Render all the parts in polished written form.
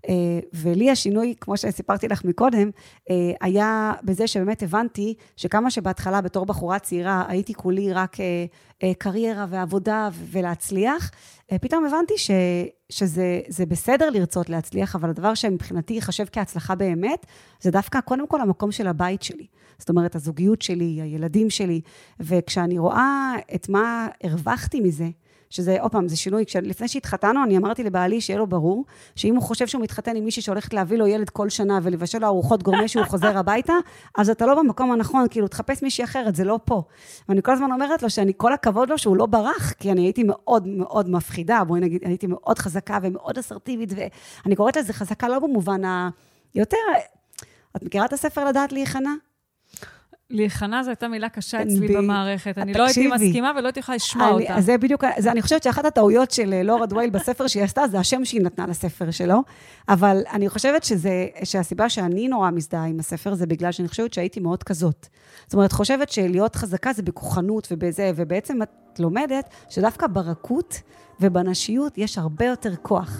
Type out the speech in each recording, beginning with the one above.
ולי השינוי, כמו שסיפרתי לך מקודם, היה בזה שבאמת הבנתי שכמה שבהתחלה בתור בחורה צעירה, הייתי כולי רק קריירה ועבודה ולהצליח, פתאום הבנתי שזה בסדר לרצות להצליח, אבל הדבר שמבחינתי ייחשב כהצלחה באמת, זה דווקא קודם כל המקום של הבית שלי. זאת אומרת, הזוגיות שלי, הילדים שלי, וכשאני רואה את מה הרווחתי מזה, שזה, עוד פעם, זה שינוי, לפני שהתחתנו, אני אמרתי לבעלי שיהיה לו ברור, שאם הוא חושב שהוא מתחתן עם מישהי שהולכת להביא לו ילד כל שנה, ולבשל לו ארוחות גורמה שהוא חוזר הביתה, אז אתה לא במקום הנכון, כאילו, תחפש מישהי אחרת, זה לא פה. ואני כל הזמן אומרת לו שאני כל הכבוד לו שהוא לא ברח, כי אני הייתי מאוד מאוד מפחידה, בואי נגיד, הייתי מאוד חזקה ומאוד אסרטיבית, ואני קוראת לזה חזקה לא במובן יותר, את מכירה את הספר לדעת להיכנע? להיכנע זו הייתה מילה קשה אצלי במערכת. אני לא הייתי מסכימה ולא הייתי יכולה לשמוע אותה. זה בדיוק, אני חושבת שאחת הטעויות של לורה דווייל בספר שהיא עשתה, זה השם שהיא נתנה לספר שלו, אבל אני חושבת שהסיבה שאני נורא מזדהה עם הספר, זה בגלל שאני חושבת שהייתי מאוד כזאת. זאת אומרת, חושבת שלהיות חזקה זה בכוחנות ובזה, ובעצם את לומדת שדווקא ברכות ובנשיות יש הרבה יותר כוח.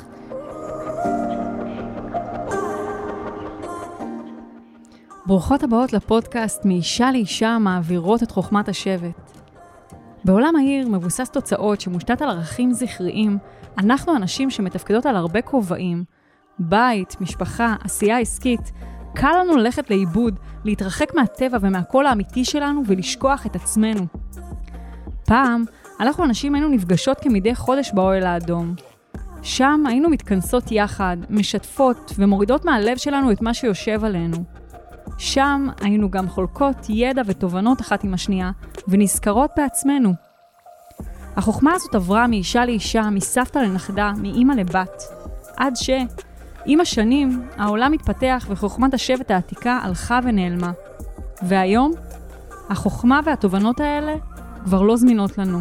ברוכות הבאות לפודקאסט מאישה לאישה מעבירות את חוכמת השבט. בעולם מהיר מבוסס תוצאות שמושתת על ערכים זכריים, אנחנו אנשים שמתפקדות על הרבה כובעים, בית, משפחה, עשייה עסקית, קל לנו ללכת לאיבוד, להתרחק מהטבע ומהקול האמיתי שלנו ולשכוח את עצמנו. פעם, אנחנו אנשים היינו נפגשות כמדי חודש באוהל האדום. שם היינו מתכנסות יחד, משתפות ומורידות מהלב שלנו את מה שיושב עלינו. שם היינו גם חולקות ידע ותובנות אחת עם השנייה, ונזכרות בעצמנו. החוכמה הזאת עברה מאישה לאישה, מסבתא לנכדה, מאמא לבת, עד שעם השנים העולם התפתח וחוכמת השבט העתיקה הלכה ונעלמה. והיום, החוכמה והתובנות האלה כבר לא זמינות לנו.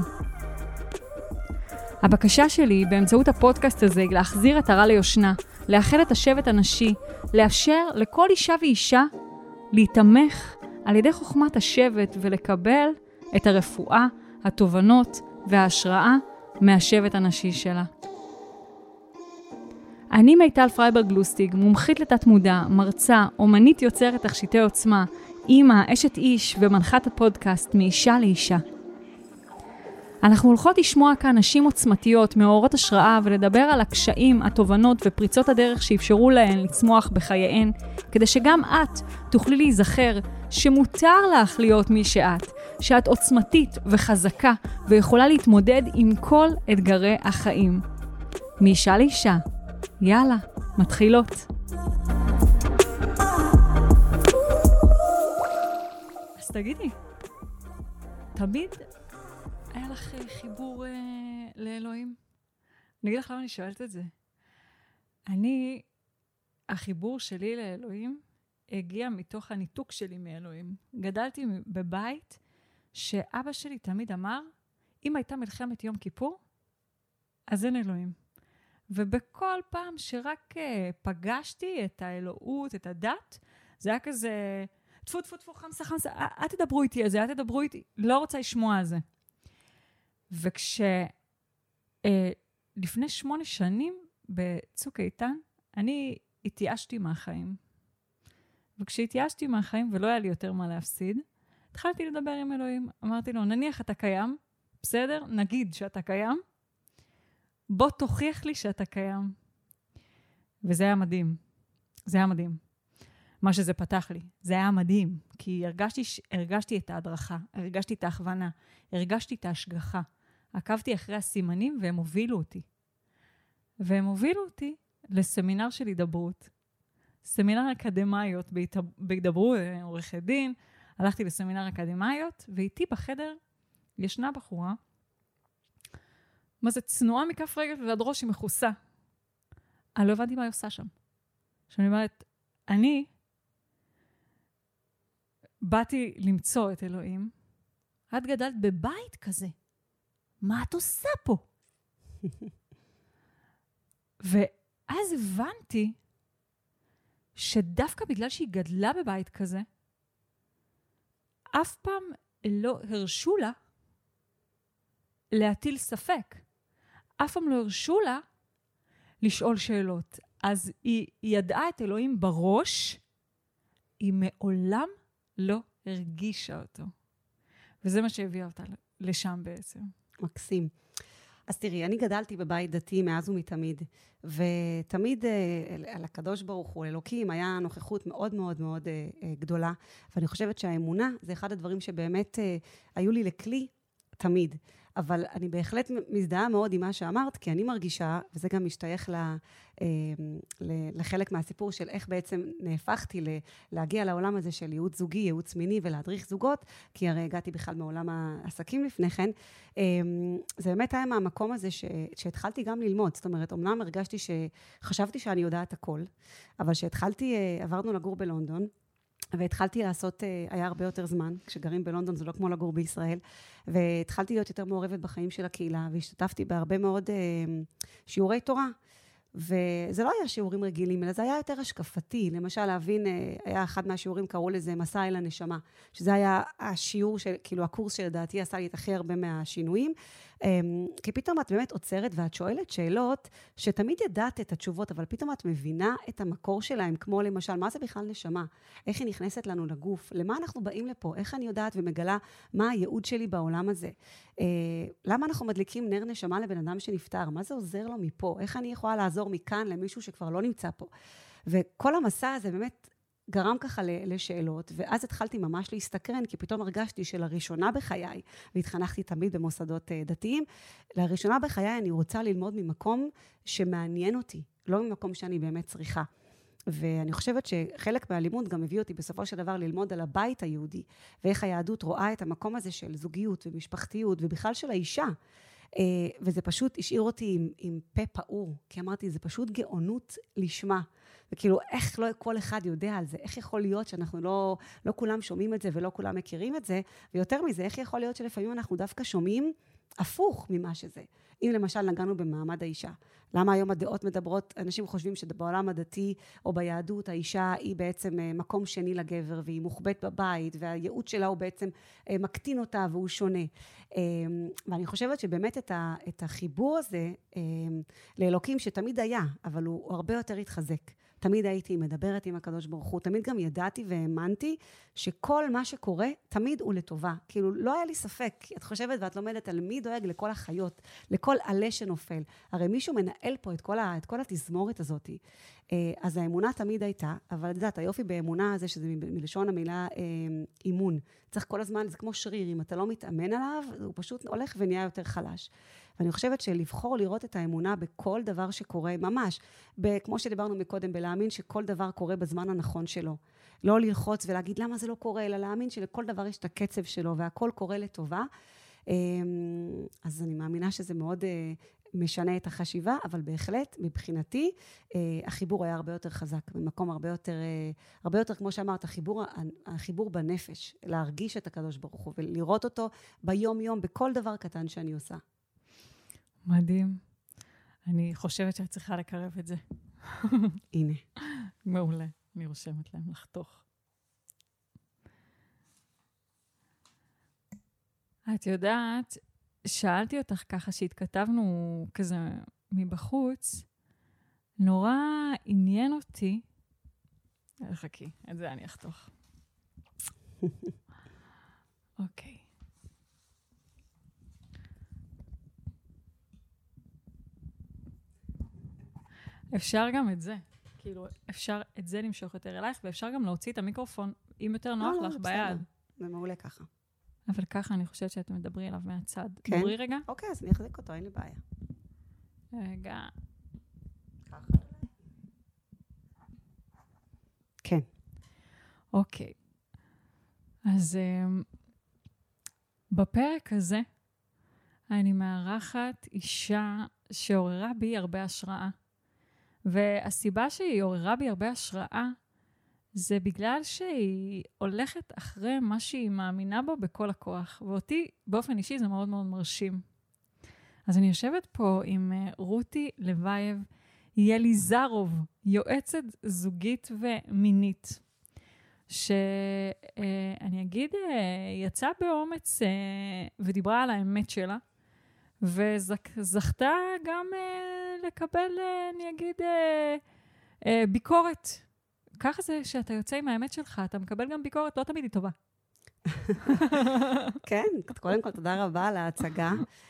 הבקשה שלי באמצעות הפודקאסט הזה היא להחזיר את הרע ליושנה, לאחד את השבט הנשי, לאפשר לכל אישה ואישה להתמך על ידי חוכמת השבט ולקבל את הרפואה, התובנות וההשראה מהשבט הנשי שלה. אני מיטל פרייברג גלוסטיג, מומחית לתת מודע, מרצה, אומנית יוצרת תכשיטי עוצמה, אימא, אשת איש ומנחת הפודקאסט מאישה לאישה. אנחנו הולכות לשמוע כאן נשים עוצמתיות, מאורות השראה, ולדבר על הקשיים, התובנות ופריצות הדרך שאפשרו להן לצמוח בחייהן, כדי שגם את תוכלי להיזכר שמותר לך להיות מי שאת עוצמתית וחזקה, ויכולה להתמודד עם כל אתגרי החיים. מאישה לאישה. יאללה, מתחילות. אז תגידי, תמיד היה לך חיבור לאלוהים? אני אגיד לך למה אני שואלת את זה. החיבור שלי לאלוהים הגיע מתוך הניתוק שלי מאלוהים. גדלתי בבית שאבא שלי תמיד אמר, אם הייתה מלחמת יום כיפור, אז אין אלוהים. ובכל פעם שרק פגשתי את האלוהות, את הדת, זה היה כזה, תפו, חמסה, אל תדברו איתי על זה, אל תדברו איתי, לא רוצה לשמוע על זה. לפני 8 שנים בצוק איתן, אני התייאשתי מהחיים. וכשהתייאשתי מהחיים ולא היה לי יותר מה להפסיד, התחלתי לדבר עם אלוהים. אמרתי לו, נניח אתה קיים, בסדר? נגיד שאתה קיים, בוא תוכיח לי שאתה קיים. וזה היה מדהים. זה היה מדהים. מה שזה פתח לי. זה היה מדהים, כי הרגשתי את ההדרכה, הרגשתי את ההכוונה, הרגשתי את ההשגחה. עקבתי אחרי הסימנים והם הובילו אותי. והם הובילו אותי לסמינר של הידברות. סמינר אקדמיות בהידברות, עורכת דין. הלכתי לסמינר אקדמיות, ואיתי בחדר ישנה בחורה, מה זה צנועה מכף רגל ועד ראש היא מכוסה. אני לא הבנתי מה היא עושה שם. שאני אומרת, אני באתי למצוא את אלוהים, את גדלת בבית כזה. מה את עושה פה? ואז הבנתי שדווקא בגלל שהיא גדלה בבית כזה, אף פעם לא הרשו לה להטיל ספק. אף פעם לא הרשו לה לשאול שאלות. אז היא ידעה את אלוהים בראש, היא מעולם לא הרגישה אותו. וזה מה שהביאה אותה לשם בעצם. מקסים. אז תראי, אני גדלתי בבית דתי מאז ומתמיד, ותמיד על הקדוש ברוך הוא, אלוקים, היה נוכחות מאוד מאוד מאוד גדולה, ואני חושבת שהאמונה זה אחד הדברים שבאמת היו לי לכלי תמיד. אבל אני בהחלט מזדהה מאוד עם מה שאמרת, כי אני מרגישה, וזה גם משתייך לחלק מהסיפור של איך בעצם נהפכתי להגיע לעולם הזה של ייעוץ זוגי, ייעוץ מיני ולהדריך זוגות, כי הרי הגעתי בכלל מעולם העסקים לפני כן. זה באמת היה מהמקום הזה שהתחלתי גם ללמוד. זאת אומרת, אמנם הרגשתי שחשבתי שאני יודעת הכל, אבל שהתחלתי, עברנו לגור בלונדון, והתחלתי לעשות, היה הרבה יותר זמן, כשגרים בלונדון זה לא כמו לגור בישראל, והתחלתי להיות יותר מעורבת בחיים של הקהילה, והשתתפתי בהרבה מאוד שיעורי תורה, וזה לא היה שיעורים רגילים, אלא זה היה יותר השקפתי, למשל להבין, היה אחד מהשיעורים, קראו לזה מסע אל הנשמה, שזה היה השיעור, כאילו הקורס שלדעתי עשה לי את הכי הרבה מהשינויים, כי פתאום את באמת עוצרת ואת שואלת שאלות שתמיד ידעת את התשובות, אבל פתאום את מבינה את המקור שלהם, כמו למשל, מה זה בכלל נשמה? איך היא נכנסת לנו לגוף? למה אנחנו באים לפה? איך אני יודעת ומגלה מה הייעוד שלי בעולם הזה? למה אנחנו מדליקים נר נשמה לבן אדם שנפטר? מה זה עוזר לו מפה? איך אני יכולה לעזור מכאן למישהו שכבר לא נמצא פה? וכל המסע הזה באמת גרם ככה לשאלות, ואז התחלתי ממש להסתקרן, כי פתאום הרגשתי שלראשונה בחיי, והתחנכתי תמיד במוסדות דתיים, לראשונה בחיי אני רוצה ללמוד ממקום שמעניין אותי, לא ממקום שאני באמת צריכה. ואני חושבת שחלק מהלימוד גם הביא אותי בסופו של דבר ללמוד על הבית היהודי, ואיך היהדות רואה את המקום הזה של זוגיות ומשפחתיות, ובכלל של האישה. וזה פשוט השאיר אותי עם פה פעור, כי אמרתי, זה פשוט גאונות לשמה. וכאילו, איך לא כל אחד יודע על זה? איך יכול להיות שאנחנו לא כולם שומעים את זה ולא כולם מכירים את זה? ויותר מזה, איך יכול להיות שלפעמים אנחנו דווקא שומעים הפוך ממה שזה? אם למשל נגענו במעמד האישה, למה היום הדעות מדברות, אנשים חושבים שבעולם הדתי או ביהדות, האישה היא בעצם מקום שני לגבר, והיא מוחבאת בבית, והייעוד שלה הוא בעצם מקטין אותה והוא שונה. ואני חושבת שבאמת את החיבור הזה לאלוקים שתמיד היה, אבל הוא הרבה יותר התחזק. תמיד הייתי מדברת עם הקדוש ברוך הוא, תמיד גם ידעתי והאמנתי שכל מה שקורה תמיד הוא לטובה. כאילו לא היה לי ספק, את חושבת ואת לומדת על מי דואג לכל החיות, לכל עלה שנופל. הרי מישהו מנהל פה את כל התזמורת הזאת. אז האמונה תמיד הייתה, אבל את יודעת, היופי באמונה זה שזה מלשון המילה אימון. צריך כל הזמן, זה כמו שריר, אם אתה לא מתאמן עליו, הוא פשוט הולך ונהיה יותר חלש. ואני חושבת שלבחור לראות את האמונה בכל דבר שקורה, ממש, כמו שדיברנו מקודם, בלהאמין שכל דבר קורה בזמן הנכון שלו. לא ללחוץ ולהגיד למה זה לא קורה, אלא להאמין שלכל דבר יש את הקצב שלו, והכל קורה לטובה. אז אני מאמינה שזה מאוד משנה את החשיבה, אבל בהחלט, מבחינתי, החיבור היה הרבה יותר חזק, במקום הרבה יותר, כמו שאמרת, החיבור בנפש, להרגיש את הקדוש ברוך הוא, ולראות אותו ביום-יום, בכל דבר קטן שאני עושה. מדהים. אני חושבת שאת צריכה לקרב את זה. הנה. מעולה. אני רושמת להם לחתוך. את יודעת, שאלתי אותך ככה שהתכתבנו כזה מבחוץ, נורא עניין אותי, חכי, את זה אני אחתוך. אוקיי. אפשר גם את זה, כאילו אפשר את זה למשוך יותר אלייך, ואפשר גם להוציא את המיקרופון, אם יותר נוח לך ביד. זה מעולה ככה. אבל ככה אני חושבת שאת מדברי אליו מהצד. כן? דברי רגע. אוקיי, אז אני אחזיק אותו, אין לי בעיה. רגע. ככה. כן. אוקיי. אז בפרק הזה, אני מארחת אישה שעוררה בי הרבה השראה. והסיבה שהיא עוררה בי הרבה השראה, זה בגלל שהיא הולכת אחרי מה שהיא מאמינה בו בכל הכוח. ואותי, באופן אישי, זה מאוד מאוד מרשים. אז אני יושבת פה עם רותי לוייב, יליזרוב, יועצת זוגית ומינית, שאני אגיד, יצאה באומץ ודיברה על האמת שלה, וזכתה גם לקבל, אני אגיד, ביקורת. ככה זה שאתה יוצא עם האמת שלך, אתה מקבל גם ביקורת, לא תמיד היא טובה. כן, קודם כל, תודה רבה על ההצגה.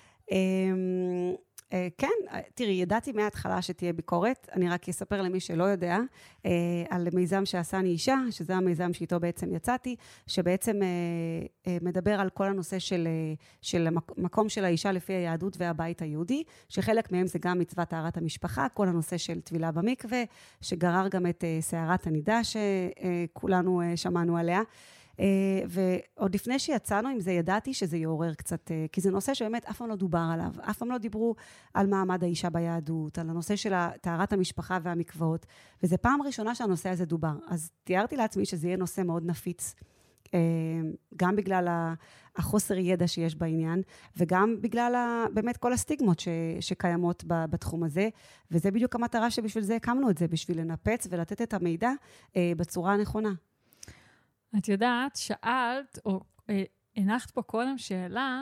כן, תראי, ידעתי מההתחלה שתהיה ביקורת, אני רק אספר למי שלא יודע, על מיזם שעשה אני אישה, שזה המיזם שאיתו בעצם יצאתי, שבעצם מדבר על כל הנושא של המקום של האישה לפי היהדות והבית היהודי, שחלק מהם זה גם מצוות טהרת המשפחה, כל הנושא של טבילה במקווה, שגרר גם את סערת הנידה שכולנו שמענו עליה. ועוד לפני שיצאנו עם זה, ידעתי שזה יעורר קצת, כי זה נושא שבאמת אף פעם לא דובר עליו, אף פעם לא דיברו על מעמד האישה ביהדות, על הנושא של טהרת המשפחה והמקוואות, וזה פעם ראשונה שהנושא הזה דובר. אז תיארתי לעצמי שזה יהיה נושא מאוד נפיץ, גם בגלל החוסר ידע שיש בעניין, וגם בגלל באמת כל הסטיגמות שקיימות בתחום הזה, וזה בדיוק המטרה שבשביל זה הקמנו את זה, בשביל לנפץ ולתת את המידע בצורה הנכונה. את יודעת, שאלת, או הנחת פה קודם שאלה,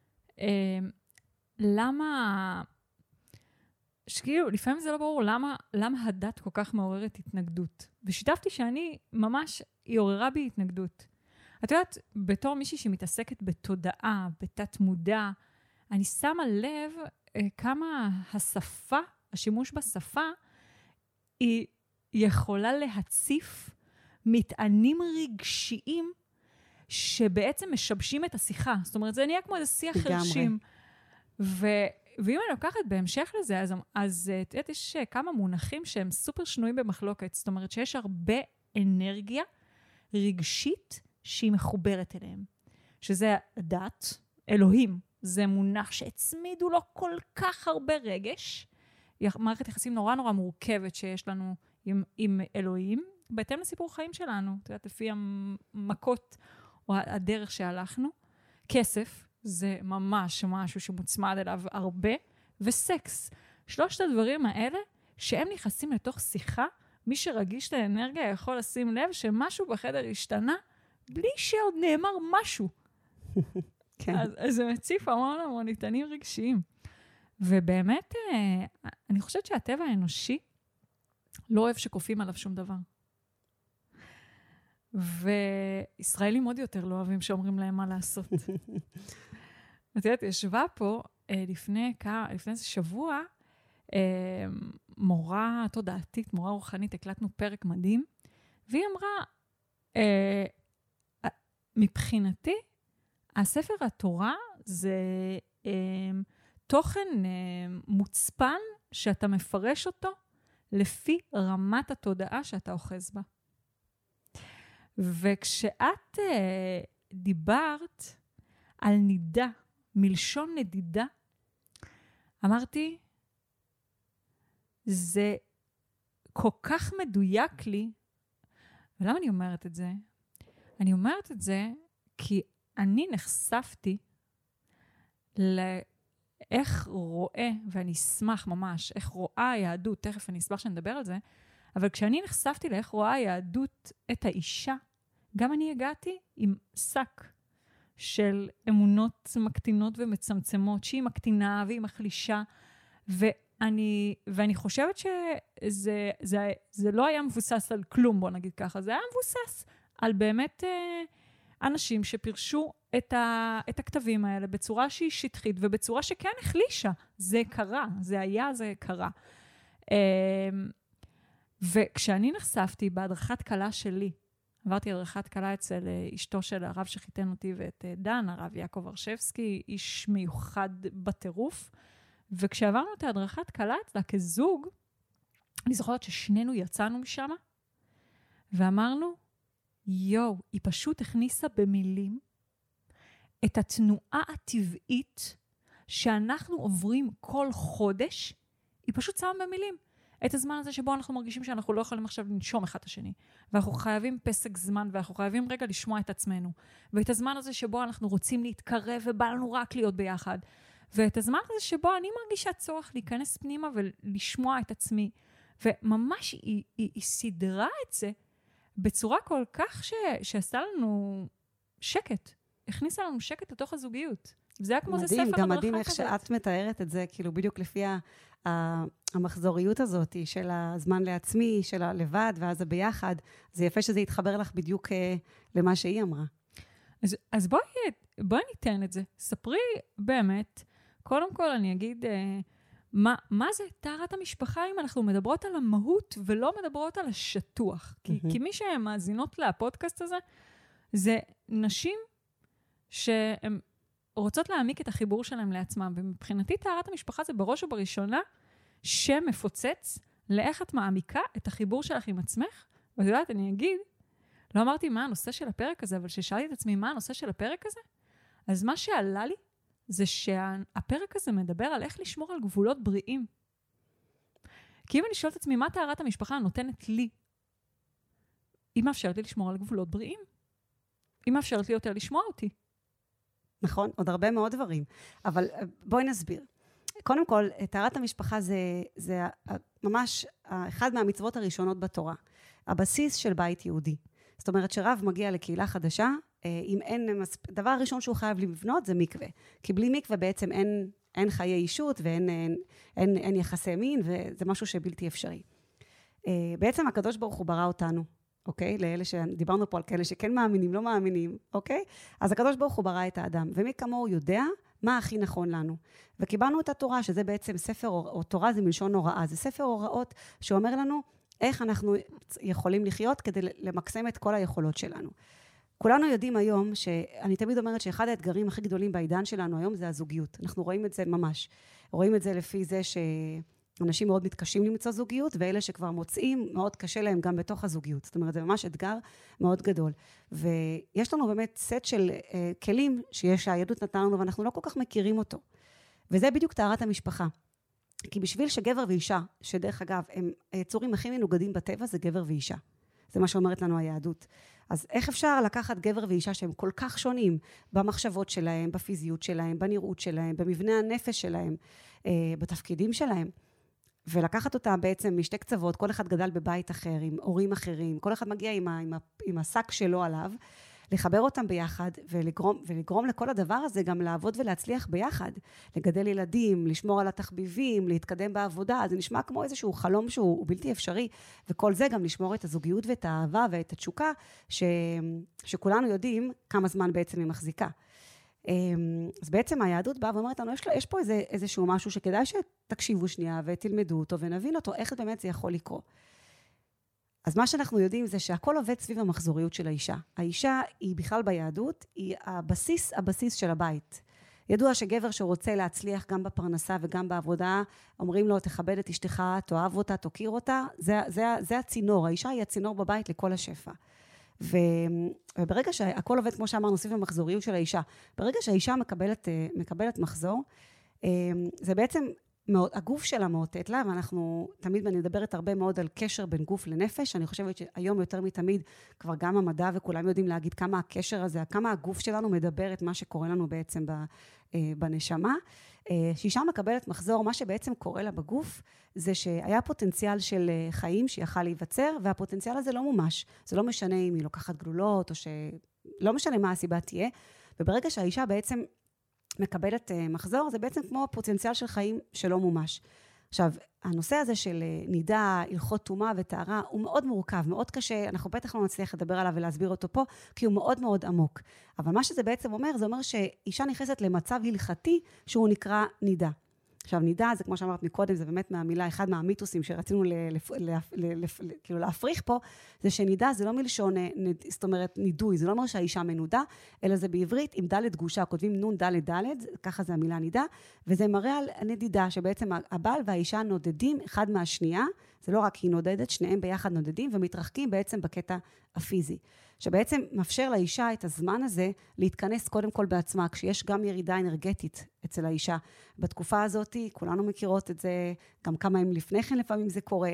למה, שכאילו, לפעמים זה לא ברור, למה הדת כל כך מעוררת התנגדות? ושיתפתי שאני ממש, היא עוררה בי התנגדות. את יודעת, בתור מישהי שמתעסקת בתודעה, בתת מודע, אני שמה לב כמה השפה, השימוש בשפה, היא יכולה להציף מטענים רגשיים שבעצם משבשים את השיחה. זאת אומרת, זה נהיה כמו איזה שיח חרשים. ואם אני לוקחת בהמשך לזה, אז יש כמה מונחים שהם סופר שנויים במחלוקת. זאת אומרת, שיש הרבה אנרגיה רגשית שהיא מחוברת אליהם. שזה הדת, אלוהים. זה מונח שהצמידו לו כל כך הרבה רגש. מערכת יחסים נורא נורא מורכבת שיש לנו עם אלוהים, בהתאם לסיפור חיים שלנו, את יודעת, לפי המכות או הדרך שהלכנו. כסף, זה ממש משהו שמוצמד אליו הרבה, וסקס. שלושת הדברים האלה, שהם נכנסים לתוך שיחה, מי שרגיש לאנרגיה יכול לשים לב שמשהו בחדר השתנה, בלי שעוד נאמר משהו. כן. אז זה מציף המון ניתנים רגשיים. ובאמת, אני חושבת שהטבע האנושי לא אוהב שקופים עליו שום דבר. וישראלים עוד יותר לא אוהבים שאומרים להם מה לעשות. את יודעת, ישבה פה לפני איזה שבוע, מורה תודעתית, מורה רוחנית, הקלטנו פרק מדהים, והיא אמרה, מבחינתי, הספר התורה זה תוכן מוצפן שאתה מפרש אותו לפי רמת התודעה שאתה אוחז בה. וכשאת דיברת על נידה, מלשון נדידה, אמרתי, זה כל כך מדויק לי, ולמה אני אומרת את זה? אני אומרת את זה כי אני נחשפתי לאיך רואה, ואני אשמח ממש, איך רואה היהדות, תכף אני אשמח שנדבר על זה, אבל כשאני נחשפתי לאיך רואה היהדות את האישה, גם אני הגעתי עם שק של אמונות מקטינות ומצמצמות, שהיא מקטינה והיא מחלישה, ואני חושבת שזה לא היה מבוסס על כלום, בוא נגיד ככה, זה היה מבוסס על באמת אנשים שפרשו את הכתבים האלה בצורה שהיא שטחית, ובצורה שכן החלישה. זה קרה, זה היה, זה קרה. וכשאני נחשפתי בהדרכת קלה שלי, עברתי הדרכת קלה אצל אשתו של הרב שחיתן אותי ואת דן, הרב יעקב ארשבסקי, איש מיוחד בטירוף, וכשעברנו את ההדרכת קלה אצלה כזוג, אני זוכרת ששנינו יצאנו משם, ואמרנו, יו, היא פשוט הכניסה במילים את התנועה הטבעית שאנחנו עוברים כל חודש, היא פשוט שמה במילים. את הזמן הזה שבו אנחנו מרגישים שאנחנו לא יכולים עכשיו לנשום אחד את השני, ואנחנו חייבים פסק זמן, ואנחנו חייבים רגע לשמוע את עצמנו, ואת הזמן הזה שבו אנחנו רוצים להתקרב, ובא לנו רק להיות ביחד, ואת הזמן הזה שבו אני מרגישה צורך להיכנס פנימה, ולשמוע את עצמי, וממש היא סדרה את זה, בצורה כל כך שעשתה לנו שקט, הכניסה לנו שקט לתוך הזוגיות. זה היה כמו זה ספר הדרכה כזה. גם מדהים איך שאת מתארת את זה, כאילו בדיוק לפי המחזוריות הזאת של הזמן לעצמי, של הלבד, ואז הביחד. זה יפה שזה יתחבר לך בדיוק למה שהיא אמרה. אז בואי ניתן את זה. ספרי באמת, קודם כל אני אגיד, מה זה טהרת המשפחה אם אנחנו מדברות על המהות ולא מדברות על השטוח? כי מי שמאזינות לפודקאסט הזה, זה נשים שהן רוצות להעמיק את החיבור שלהם לעצמם, ומבחינתי טהרת המשפחה זה בראש ובראשונה שמפוצץ לאיך את מעמיקה את החיבור שלך עם עצמך, ואת יודעת, אני אגיד, לא אמרתי מה הנושא של הפרק הזה, אבל ששאלתי את עצמי מה הנושא של הפרק הזה, אז מה שעלה לי, זה שהפרק הזה מדבר על איך לשמור על גבולות בריאים. כי אם אני שואלת את עצמי, מה טהרת המשפחה נותנת לי? היא מאפשרת לי לשמור על גבולות בריאים. היא מאפשרת לי יותר לשמוע אותי. נכון, עוד הרבה מאוד דברים. אבל בואי נסביר. קודם כל, טהרת המשפחה זה ממש אחד מהמצוות הראשונות בתורה. הבסיס של בית יהודי. זאת אומרת שרב מגיע לקהילה חדשה, אם אין, דבר הראשון שהוא חייב לבנות זה מקווה. כי בלי מקווה בעצם אין חיי אישות ואין יחסי מין, וזה משהו שבלתי אפשרי. בעצם הקדוש ברוך הוא ברא אותנו, אוקיי? לאלה שדיברנו פה על כאלה שכן מאמינים, לא מאמינים, אוקיי? אז הקדוש ברוך הוא ברא את האדם, ומי כמוהו יודע מה הכי נכון לנו. וקיבלנו את התורה, שזה בעצם ספר, או תורה זה מלשון הוראה, זה ספר הוראות שאומר לנו איך אנחנו יכולים לחיות כדי למקסם את כל היכולות שלנו. כולנו יודעים היום, שאני תמיד אומרת שאחד האתגרים הכי גדולים בעידן שלנו היום זה הזוגיות. אנחנו רואים את זה ממש. רואים את זה לפי זה שאנשים מאוד מתקשים למצוא זוגיות, ואלה שכבר מוצאים, מאוד קשה להם גם בתוך הזוגיות. זאת אומרת, זה ממש אתגר מאוד גדול. ויש לנו באמת סט של כלים שהיהדות נתנה לנו, ואנחנו לא כל כך מכירים אותו. וזה בדיוק טהרת המשפחה. כי בשביל שגבר ואישה, שדרך אגב, הם היצורים הכי מנוגדים בטבע, זה גבר ואישה. זה מה שאומרת לנו היהדות. אז איך אפשר לקחת גבר ואישה שהם כל כך שונים במחשבות שלהם, בפיזיות שלהם, בנראות שלהם, במבנה הנפש שלהם, בתפקידים שלהם, ולקחת אותם בעצם משתי קצוות, כל אחד גדל בבית אחר, עם הורים אחרים, כל אחד מגיע עם השק שלו עליו, לחבר אותם ביחד, ולגרום לכל הדבר הזה גם לעבוד ולהצליח ביחד, לגדל ילדים, לשמור על התחביבים, להתקדם בעבודה, זה נשמע כמו איזשהו חלום שהוא בלתי אפשרי, וכל זה גם לשמור את הזוגיות ואת האהבה ואת התשוקה, שכולנו יודעים כמה זמן בעצם היא מחזיקה. אז בעצם היהדות באה ואומרת לנו, יש פה איזשהו משהו שכדאי שתקשיבו שנייה ותלמדו אותו ונבין אותו, איך באמת זה יכול לקרות. אז מה שאנחנו יודעים זה שהכל עובד סביב המחזוריות של האישה. האישה היא בכלל ביהדות, היא הבסיס של הבית. ידוע שגבר שרוצה להצליח גם בפרנסה וגם בעבודה, אומרים לו, תכבד את אשתך, תאהב אותה, תוקיר אותה, זה הצינור, האישה היא הצינור בבית לכל השפע. וברגע שהכל עובד, כמו שאמרנו, סביב המחזוריות של האישה, ברגע שהאישה מקבלת מחזור, זה בעצם הגוף שלה מאותת לה, ואנחנו תמיד, ואני מדברת הרבה מאוד על קשר בין גוף לנפש, אני חושבת שהיום יותר מתמיד, כבר גם המדע וכולם יודעים להגיד כמה הקשר הזה, כמה הגוף שלנו מדבר את מה שקורה לנו בעצם בנשמה. שאישה מקבלת מחזור, מה שבעצם קורה לה בגוף, זה שהיה פוטנציאל של חיים שיכל להיווצר, והפוטנציאל הזה לא מומש. זה לא משנה אם היא לוקחת גלולות, או לא משנה מה הסיבה תהיה, וברגע שהאישה בעצם מקבלת מחזור, זה בעצם כמו פוטנציאל של חיים שלא מומש. עכשיו, הנושא הזה של נידה, הלכות טומאה וטהרה, הוא מאוד מורכב, מאוד קשה, אנחנו בטח לא נצליח לדבר עליו ולהסביר אותו פה, כי הוא מאוד מאוד עמוק. אבל מה שזה בעצם אומר, זה אומר שאישה נכנסת למצב הלכתי, שהוא נקרא נידה. עכשיו, נידה, זה כמו שאמרת מקודם, זה באמת מהמילה, אחד מהמיתוסים שרצינו כאילו להפריך פה, זה שנידה זה לא מלשון, זאת אומרת, נידוי, זה לא אומר שהאישה מנודה, אלא זה בעברית עם ד' גושה, כותבים נון ד', ככה זה המילה נידה, וזה מראה על הנדידה, שבעצם הבעל והאישה נודדים אחד מהשנייה, זה לא רק היא נודדת, שניהם ביחד נודדים, ומתרחקים בעצם בקטע הפיזי. שבעצם מאפשר לאישה את הזמן הזה להתכנס קודם כל בעצמה, כשיש גם ירידה אנרגטית אצל האישה. בתקופה הזאת, כולנו מכירות את זה, גם כמה ימים לפני כן לפעמים זה קורה,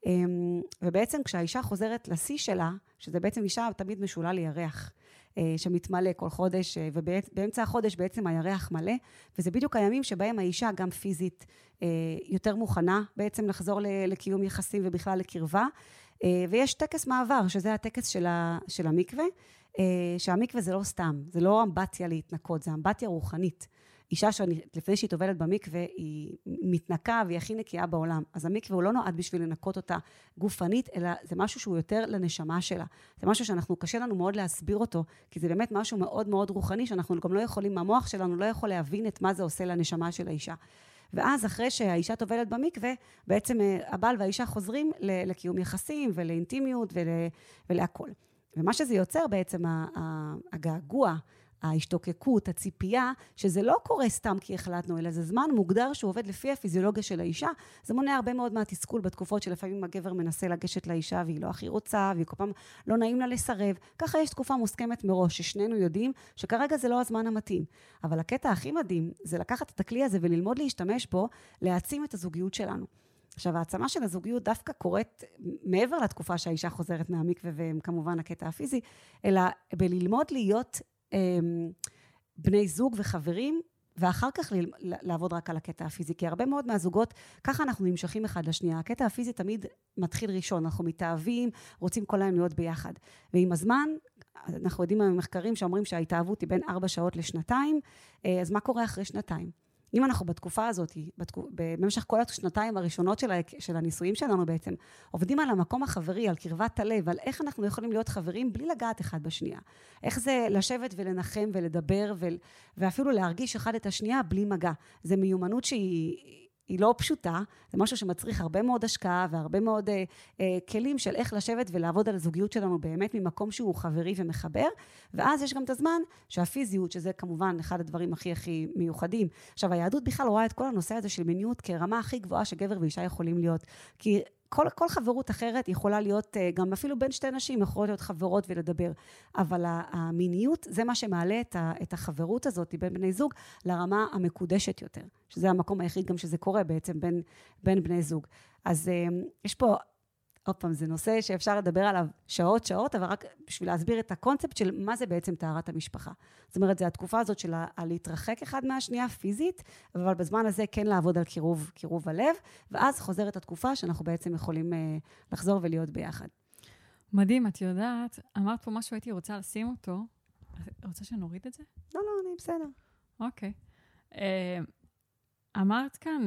ובעצם כשהאישה חוזרת לשיא שלה, שזה בעצם אישה תמיד משולה לירח, שמתמלא כל חודש, ובאמצע החודש בעצם הירח מלא, וזה בדיוק הימים שבהם האישה גם פיזית יותר מוכנה בעצם לחזור לקיום יחסים ובכלל לקרבה, ויש טקס מעבר, שזה הטקס של המקווה, שהמקווה זה לא סתם, זה לא אמבטיה להתנקות, זה אמבטיה רוחנית. אישה לפני שהיא טובלת במקווה, היא מתנקה והיא הכי נקייה בעולם. אז המקווה הוא לא נועד בשביל לנקות אותה גופנית, אלא זה משהו שהוא יותר לנשמה שלה. זה משהו קשה לנו מאוד להסביר אותו, כי זה באמת משהו מאוד מאוד רוחני, שאנחנו גם לא יכולים, המוח שלנו לא יכול להבין את מה זה עושה לנשמה של האישה. ואז אחרי שהאישה טובלת במקווה, בעצם הבעל והאישה חוזרים לקיום יחסים ולאינטימיות ולהכל. ומה שזה יוצר בעצם הגעגוע, ההשתוקקות, הציפייה, שזה לא קורה סתם כי החלטנו, אלא זה זמן מוגדר שהוא עובד לפי הפיזיולוגיה של האישה. זה מונע הרבה מאוד מהתסכול בתקופות שלפעמים הגבר מנסה לגשת לאישה והיא לא הכי רוצה, והיא כל פעם לא נעים לה לסרב. ככה יש תקופה מוסכמת מראש, ששנינו יודעים שכרגע זה לא הזמן המתאים. אבל הקטע הכי מדהים זה לקחת את הכלי הזה וללמוד להשתמש בו, להעצים את הזוגיות שלנו. עכשיו, העצמה של הזוגיות דווקא קורית מעבר לתקופה שהאישה חוזרת מהמקווה, וכמובן הקטע הפיזי, אלא בללמוד להיות בני זוג וחברים, ואחר כך לעבוד רק על הקטע הפיזי, כי הרבה מאוד מהזוגות, ככה אנחנו נמשכים אחד לשנייה. הקטע הפיזי תמיד מתחיל ראשון, אנחנו מתאהבים, רוצים כל היום להיות ביחד. ועם הזמן, אנחנו יודעים במחקרים שאומרים שההתאהבות היא בין 4 שעות לשנתיים, אז מה קורה אחרי שנתיים? אם אנחנו בתקופה הזאת, במשך כל השנתיים הראשונות של הניסויים שלנו בעצם, עובדים על המקום החברי, על קרבת הלב, על איך אנחנו יכולים להיות חברים בלי לגעת אחד בשנייה. איך זה לשבת ולנחם ולדבר, ואפילו להרגיש אחד את השנייה בלי מגע. זה מיומנות שהיא לא פשוטה, זה משהו שמצריך הרבה מאוד השקעה, והרבה מאוד כלים של איך לשבת ולעבוד על הזוגיות שלנו באמת ממקום שהוא חברי ומחבר, ואז יש גם את הזמן שהפיזיות, שזה כמובן אחד הדברים הכי מיוחדים. עכשיו, היהדות בכלל רואה את כל הנושא הזה של מיניות כרמה הכי גבוהה שגבר ואישה יכולים להיות, כי כל חברות אחרת יכולה להיות, גם אפילו בין שתי נשים יכולות להיות חברות ולדבר, אבל המיניות זה מה שמעלה את החברות הזאת בין בני זוג לרמה המקודשת יותר, שזה המקום היחיד גם שזה קורה בעצם בין בני זוג. אז יש פה, עוד פעם, זה נושא שאפשר לדבר עליו שעות, אבל רק בשביל להסביר את הקונספט של מה זה בעצם טהרת המשפחה. זאת אומרת, זה התקופה הזאת של להתרחק אחד מהשנייה פיזית, אבל בזמן הזה כן לעבוד על קירוב הלב, ואז חוזרת התקופה שאנחנו בעצם יכולים לחזור ולהיות ביחד. מדהים, את יודעת, אמרת פה משהו, הייתי רוצה לשים אותו. רוצה שנוריד את זה? לא, אני בסדר. אוקיי. אמרת כאן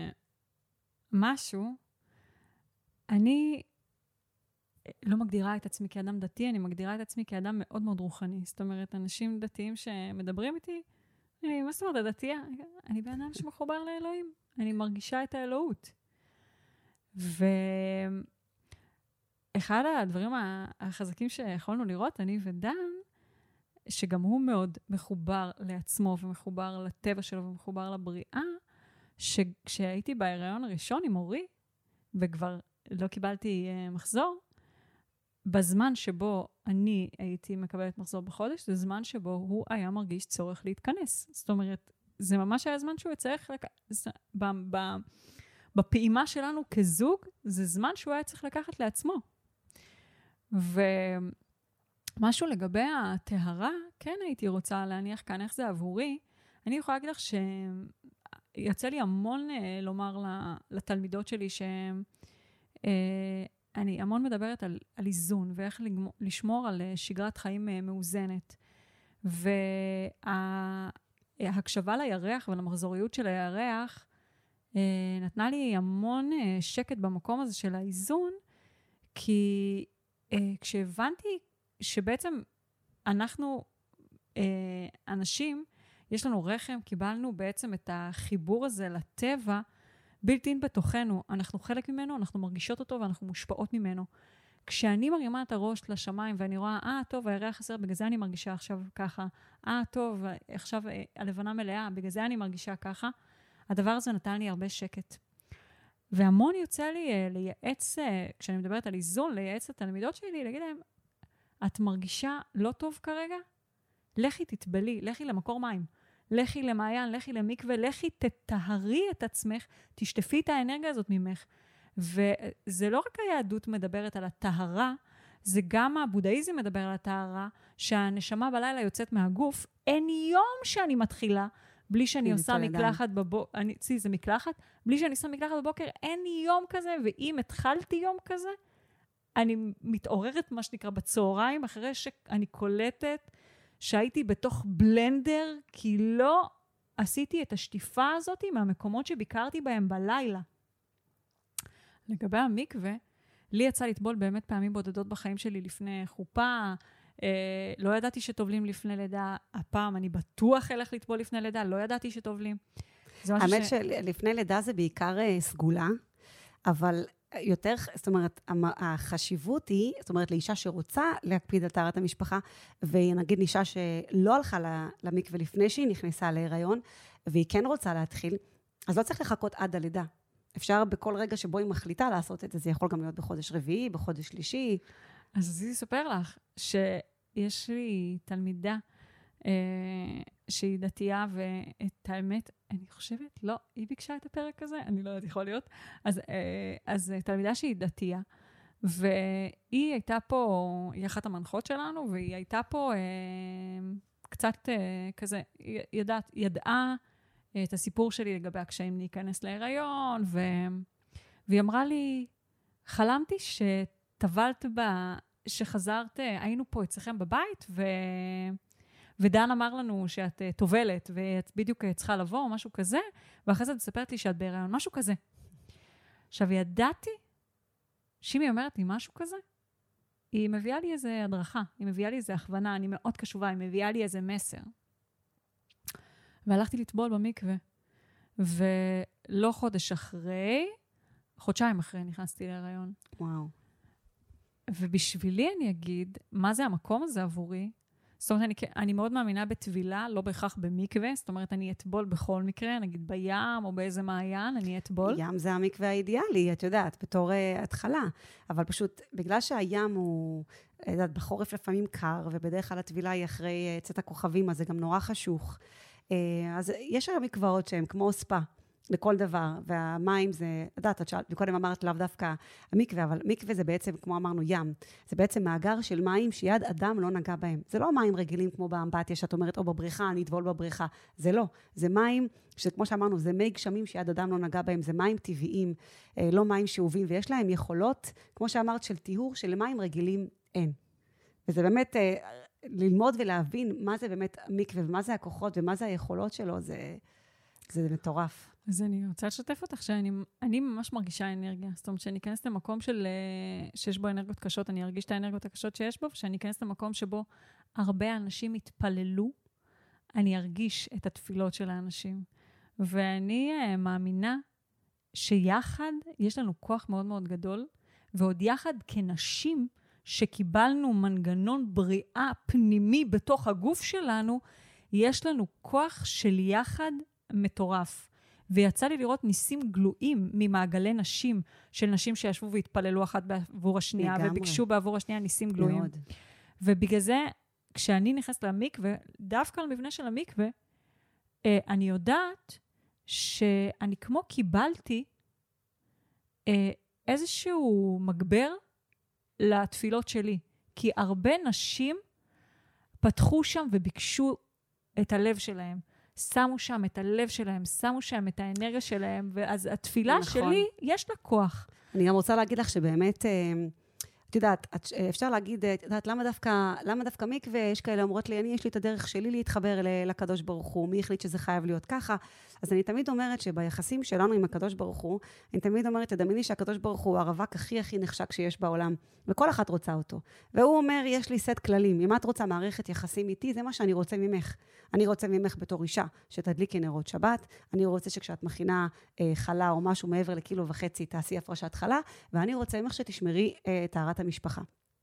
משהו, אני לא מגדירה את עצמי כאדם דתי, אני מגדירה את עצמי כאדם מאוד מאוד רוחני. זאת אומרת, אנשים דתיים שמדברים איתי, מה זאת אומרת, הדתייה? אני בן אדם שמחובר לאלוהים. אני מרגישה את האלוהות. ואחד הדברים החזקים שיכולנו לראות, אני ודן, שגם הוא מאוד מחובר לעצמו ומחובר לטבע שלו ומחובר לבריאה, שכשהייתי בהיריון הראשון עם אורי, וכבר לא קיבלתי מחזור, בזמן שבו אני הייתי מקבלת מחזור בחודש, זה זמן שבו הוא היה מרגיש צורך להתכנס. זאת אומרת, זה ממש היה זמן שהוא יצטרך, בפעימה שלנו כזוג, זה זמן שהוא היה צריך לקחת לעצמו. ומשהו לגבי הטהרה, כן הייתי רוצה להניח כאן איך זה עבורי. אני יכולה להגיד לך שיצא לי המון לומר לתלמידות שלי אני המון מדברת על איזון, ואיך לשמור על שגרת חיים מאוזנת. וההקשבה לירח ולמחזוריות של הירח, נתנה לי המון שקט במקום הזה של האיזון, כי כשהבנתי שבעצם אנחנו אנשים, יש לנו רחם, קיבלנו בעצם את החיבור הזה לטבע, בלתי בתוכנו, אנחנו חלק ממנו, אנחנו מרגישות אותו ואנחנו מושפעות ממנו. כשאני מרימה את הראש לשמיים ואני רואה, טוב, הירח חסר, בגלל זה אני מרגישה עכשיו ככה. טוב, עכשיו הלבנה מלאה, בגלל זה אני מרגישה ככה. הדבר הזה נתן לי הרבה שקט. והמון יוצא לי לייעץ, כשאני מדברת על איזון, לייעץ לתלמידות שלי, להגיד להם, את מרגישה לא טוב כרגע? לכי תטבלי, לכי למקור מים. לכי למעיין, לכי למקווה, לכי תטהרי את עצמך, תשטפי את האנרגיה הזאת ממך. וזה לא רק היהדות מדברת על הטהרה, זה גם הבודהיזם מדבר על הטהרה, שהנשמה בלילה יוצאת מהגוף, אין יום שאני מתחילה, בלי שאני עושה מקלחת בבוקר, זה מקלחת, בלי שאני עושה מקלחת בבוקר, אין יום כזה, ואם התחלתי יום כזה, אני מתעוררת מה שנקרא בצהריים, אחרי שאני קולטת, שהייתי בתוך בלנדר, כי לא עשיתי את השטיפה הזאת מהמקומות שביקרתי בהם בלילה. לגבי המקווה, לי יצא לטבול באמת פעמים בודדות בחיים שלי לפני חופה, לא ידעתי שטובלים לפני לידה, הפעם אני בטוח אלך לטבול לפני לידה, לא ידעתי שטובלים. האמת שלפני לידה זה בעיקר סגולה, אבל יותר, זאת אומרת, החשיבות היא, זאת אומרת, לאישה שרוצה להקפיד על טהרת המשפחה, ונגיד אישה שלא הלכה למקווה לפני שהיא נכנסה להיריון, והיא כן רוצה להתחיל, אז לא צריך לחכות עד הלידה. אפשר בכל רגע שבו היא מחליטה לעשות את זה, זה יכול גם להיות בחודש רביעי, בחודש שלישי. אז רציתי לספר לך שיש לי תלמידה שהיא דתייה, ואת האמת, אני חושבת, לא, היא ביקשה את הפרק הזה, אני לא יודעת, יכול להיות. אז תלמידה שהיא דתייה, והיא הייתה פה, היא אחת המנחות שלנו, והיא הייתה פה קצת כזה, ידעה את הסיפור שלי לגבי הקשיים להיכנס להיריון, והיא אמרה לי, חלמתי שטבלת שחזרת, היינו פה אצלכם בבית, ודן אמר לנו שאת טובלת, ואת בדיוק צריכה לבוא, או משהו כזה, ואחרי זה מספרת לי שאת בהיריון, משהו כזה. עכשיו, ידעתי, שימי אומרת לי משהו כזה, היא מביאה לי איזה הדרכה, היא מביאה לי איזה הכוונה, אני מאוד קשובה, היא מביאה לי איזה מסר. והלכתי לטבול במקווה, ולא חודש אחרי, חודשיים אחרי נכנסתי להיריון. וואו. ובשבילי אני אגיד, מה זה המקום הזה עבורי? זאת אומרת, אני מאוד מאמינה בטבילה, לא בהכרח במקווה, זאת אומרת, אני אטבול בכל מקרה, נגיד בים או באיזה מעיין, אני אטבול. ים זה המקווה האידיאלי, את יודעת, בתור התחלה. אבל פשוט, בגלל שהים הוא, יודעת, בחורף לפעמים קר, ובדרך כלל הטבילה היא אחרי צאת הכוכבים, אז זה גם נורא חשוך. אז יש היום מקוואות שהן כמו ספה. לכל דבר, והמים זה, יודעת, את שאלת, קודם אמרת לאו דווקא המקווה, אבל מקווה זה בעצם, כמו אמרנו, ים. זה בעצם מאגר של מים שיד אדם לא נגע בהם. זה לא מים רגילים כמו באמבטיה, שאת אומרת, או בבריכה, אני אטבול בבריכה. זה לא. זה מים שכמו שאמרנו, זה מי גשמים שיד אדם לא נגע בהם. זה מים טבעיים, לא מים שאובים, ויש להם יכולות, כמו שאמרת, של טיהור, שלמים רגילים אין. וזה באמת, ללמוד ולהבין מה זה באמת מקווה, ומה זה הכוחות, ומה זה היכולות שלו, זה מטורף. אז אני רוצה לשתף אותך שאני ממש מרגישה אנרגיה. זאת אומרת, שאני אכנס למקום שיש בו אנרגיות קשות, אני ארגיש את האנרגיות הקשות שיש בו, ושאני אכנס למקום שבו הרבה אנשים התפללו, אני ארגיש את התפילות של האנשים. ואני מאמינה שיחד יש לנו כוח מאוד מאוד גדול, ועוד יחד כנשים שקיבלנו מנגנון בריאה פנימי בתוך הגוף שלנו, יש לנו כוח של יחד מטורף. ויצא לי לראות ניסים גלויים ממעגלי נשים, של נשים שישבו והתפללו אחת בעבור השנייה, לגמרי. וביקשו בעבור השנייה ניסים גלויים. מאוד. ובגלל זה, כשאני נכנסת למקווה, דווקא למבנה של המקווה, אני יודעת שאני כמו קיבלתי איזשהו מגבר לתפילות שלי. כי הרבה נשים פתחו שם וביקשו את הלב שלהם. שמו שם את הלב שלהם, שמו שם את האנרגיה שלהם, ואז התפילה נכון. שלי, יש לה כוח. אני גם רוצה להגיד לך שבאמת, את יודעת, אפשר להגיד, את יודעת, למה דווקא מקווה? יש כאלה אומרות לי, יש לי את הדרך שלי להתחבר לקדוש ברוך הוא, מי החליט שזה חייב להיות ככה? אז אני תמיד אומרת שביחסים שלנו עם הקדוש ברוך הוא, אני תמיד אומרת, תדמייני שהקדוש ברוך הוא הרווק הכי נחשק שיש בעולם, וכל אחת רוצה אותו. והוא אומר, יש לי סט כללים, אם את רוצה מערכת יחסים איתי, זה מה שאני רוצה ממך. אני רוצה ממך בתור אישה, שתדליקי נרות שבת, אני רוצה שכשאת מכינה חלה או משהו מעבר לקילו וחצי, תעשי הפרשת חלה, ואני רוצה ממך שתשמרי טהרת המשפחה.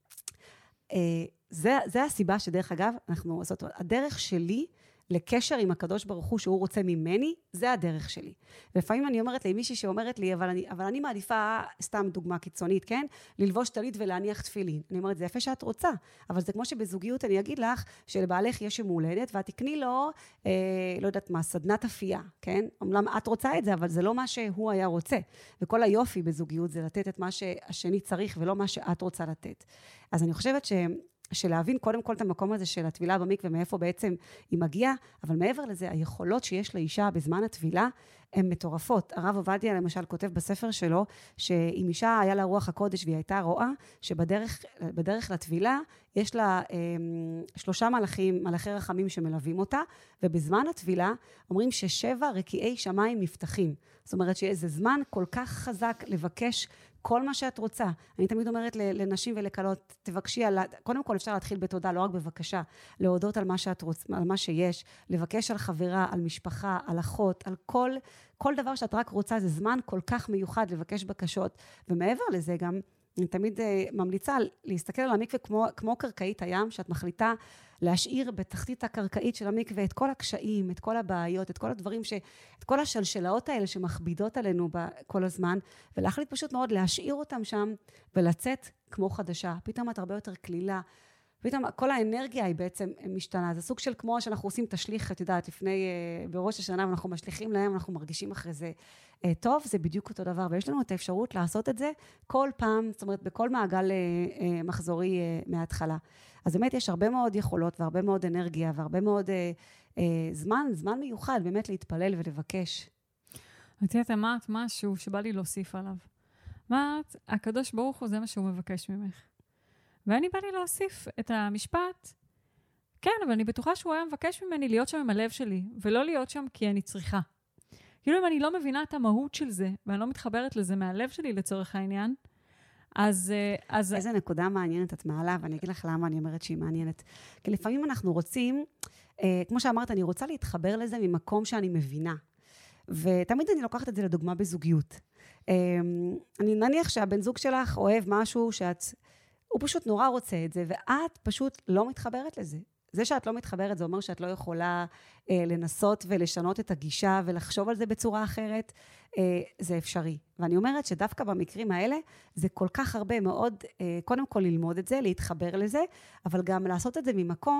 זה הסיבה שדרך אגב, זאת הדרך שלי לקשר עם הקדוש ברוך הוא שהוא רוצה ממני, זה הדרך שלי. ולפעמים אני אומרת לי, מישהי שאומרת לי, אבל אני מעדיפה, סתם דוגמה קיצונית, כן? ללבוש טלית ולהניח תפילין. אני אומרת, זה יפה שאת רוצה, אבל זה כמו שבזוגיות אני אגיד לך, שלבעלך יש יום הולדת, ואת תקני לו, לא יודעת מה, סדנת אפייה, כן? אומנם את רוצה את זה, אבל זה לא מה שהוא היה רוצה. וכל היופי בזוגיות זה לתת את מה שהשני צריך, ולא מה שאת רוצה לתת. אז אני חושבת של להבין קודם כל את המקום הזה של הטבילה במקווה, מאיפה בעצם היא מגיעה, אבל מעבר לזה, היכולות שיש לאישה בזמן הטבילה, הן מטורפות. הרב עובדיה למשל כותב בספר שלו, שאם אישה היה לה רוח הקודש והיא הייתה רואה, שבדרך לטבילה, יש לה 3 מלאכים, מלאכי רחמים שמלווים אותה, ובזמן הטבילה אומרים ש7 רקיעי שמיים נפתחים. זאת אומרת שזה זמן כל כך חזק לבקש כל מה שאת רוצה. אני תמיד אומרת לנשים ולקלות, תבקשי קודם כל אפשר להתחיל בתודה, לא רק בבקשה, להודות על מה שאת רוצה, על מה שיש, לבקש על חברה, על משפחה, על אחות, על כל דבר שאת רק רוצה, זה זמן כל כך מיוחד לבקש בקשות, ומעבר לזה גם, אני תמיד ממליצה להסתכל על המקווה כמו קרקעית הים, שאת מחליטה להשאיר בתחתית הקרקעית של המקווה את כל הקשיים, את כל הבעיות, את כל הדברים, את כל השלשלאות האלה שמכבידות עלינו כל הזמן, ולהחליט פשוט מאוד להשאיר אותם שם, ולצאת כמו חדשה. פתאום את הרבה יותר כלילה, פתאום כל האנרגיה היא בעצם משתנה. זה סוג של כמו שאנחנו עושים תשליך, את יודעת, בראש השנה, ואנחנו משליכים להם, אנחנו מרגישים אחרי זה טוב, זה בדיוק אותו דבר, ויש לנו את האפשרות לעשות את זה כל פעם, זאת אומרת, בכל מעגל מחזורי מההתחלה. אז באמת יש הרבה מאוד יכולות, והרבה מאוד אנרגיה, והרבה מאוד זמן מיוחד, באמת להתפלל ולבקש. את אמרת משהו שבא לי להוסיף עליו. אמרת, הקדוש ברוך הוא זה מה שהוא מבקש ממך. ואני בא לי להוסיף את המשפט, כן, אבל אני בטוחה שהוא היה מבקש ממני להיות שם עם הלב שלי, ולא להיות שם כי אני צריכה. כאילו אם אני לא מבינה את המהות של זה, ואני לא מתחברת לזה מהלב שלי לצורך העניין, אז... איזה נקודה מעניינת את מעלה, ואני אגיד לך למה אני אומרת שהיא מעניינת. כי לפעמים אנחנו רוצים, כמו שאמרת, אני רוצה להתחבר לזה ממקום שאני מבינה. ותמיד אני לוקחת את זה לדוגמה בזוגיות. אני נניח שהבן זוג שלך אוהב משהו הוא פשוט נורא רוצה את זה, ואת פשוט לא מתחברת לזה. זה שאת לא מתחברת, זה אומר שאת לא יכולה לנסות ולשנות את הגישה, ולחשוב על זה בצורה אחרת, זה אפשרי. ואני אומרת שדווקא במקרים האלה, זה כל כך הרבה מאוד, קודם כל ללמוד את זה, להתחבר לזה, אבל גם לעשות את זה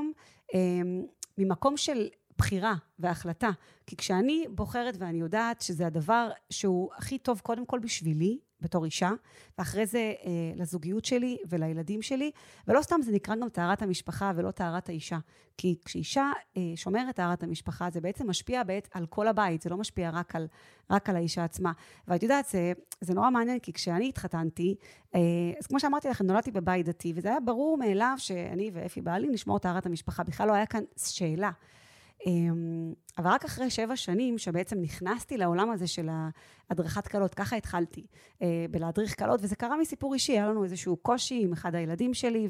ממקום של בחירה והחלטה. כי כשאני בוחרת ואני יודעת שזה הדבר שהוא הכי טוב קודם כל בשבילי, בתור אישה, ואחרי זה לזוגיות שלי ולילדים שלי, ולא סתם זה נקרא גם טהרת המשפחה ולא טהרת האישה, כי כשאישה שומרת טהרת המשפחה, זה בעצם משפיע על כל הבית, זה לא משפיע רק על האישה עצמה. ואת יודעת, זה נורא מעניין, כי כשאני התחתנתי, אז כמו שאמרתי לכם, נולדתי בבית דתי, וזה היה ברור מאליו שאני ואפי בעלי נשמור טהרת המשפחה, בכלל לא היה כאן שאלה. אבל רק אחרי 7 שנים שבעצם נכנסתי לעולם הזה של הדרכת קלות, ככה התחלתי בלהדריך קלות, וזה קרה מסיפור אישי, היה לנו איזשהו קושי עם אחד הילדים שלי,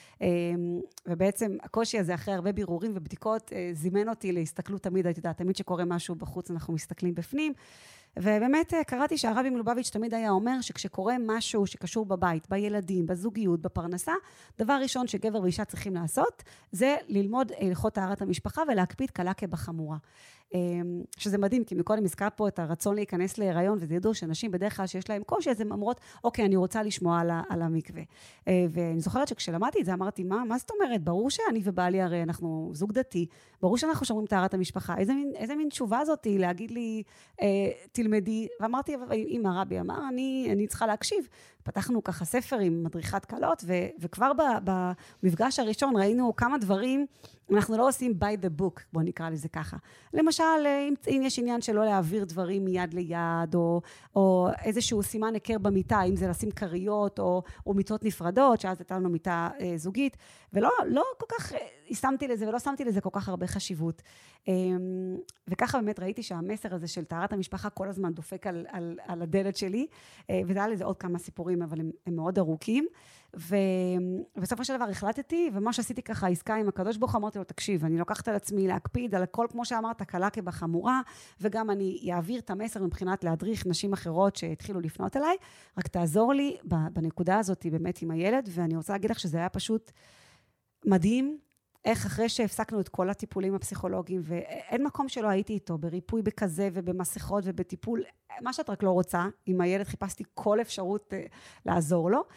ובעצם הקושי הזה אחרי הרבה בירורים ובדיקות, זימן אותי להסתכלות תמיד, את יודעת, תמיד שקורה משהו בחוץ, אנחנו מסתכלים בפנים, ובאמת קראתי שהרבי מלובביץ' תמיד היה אומר שכשקורה משהו שקשור בבית, בילדים, בזוגיות, בפרנסה, דבר ראשון שגבר ואישה צריכים לעשות, זה ללמוד הלכות טהרת המשפחה ולהקפיד קלה כבחמורה. שזה מדהים, כי מקודם הזכרת פה את הרצון להיכנס להיריון, וזה ידעו שאנשים בדרך כלל שיש להם קושי, אז הן אומרות, אוקיי, אני רוצה לשמוע על המקווה. ואני זוכרת שכשלמדתי את זה, אמרתי, מה זאת אומרת? ברור שאני ובעלי הרי אנחנו זוג דתי, ברור שאנחנו שומרים טהרת המשפחה. איזה מין תשובה הזאת היא להגיד לי, תלמדי, ואמרתי, אם הרבי אמר, אני צריכה להקשיב. פתחנו ככה ספר עם מדריכת קלות, וכבר במפגש הראשון ראינו כמה דברים, אנחנו לא עושים by the book, בוא נקרא לזה ככה. למשל, אם יש עניין שלא להעביר דברים מיד ליד, או איזשהו סימן הכר במיטה, אם זה לשים קריות, או מיטות נפרדות, שאז הייתה לנו מיטה זוגית, ולא כל כך שמתי לזה, ולא שמתי לזה כל כך הרבה חשיבות. וככה באמת ראיתי שהמסר הזה של טהרת המשפחה כל הזמן דופק על הדלת שלי, וזה היה לזה עוד כמה סיפורים, אבל הם מאוד ארוכים, ובסופו של דבר החלטתי, ומה שעשיתי ככה עסקה עם הקדוש ברוך הוא, אמרתי לו, תקשיב, אני לוקחת על עצמי להקפיד על הכל, כמו שאמרת, קלה כבחמורה, וגם אני אעביר את המסר מבחינת להדריך נשים אחרות שהתחילו לפנות אליי, רק תעזור לי בנקודה הזאת באמת עם הילד, ואני רוצה להגיד לך שזה היה פשוט מדהים, איך אחרי שהפסקנו את כל הטיפולים הפסיכולוגיים, ואין מקום שלא הייתי איתו, בריפוי בכזה ובמסכות ובטיפול, מה שאת רק לא רוצה, עם הילד חיפשתי כל אפשרות לעזור לו,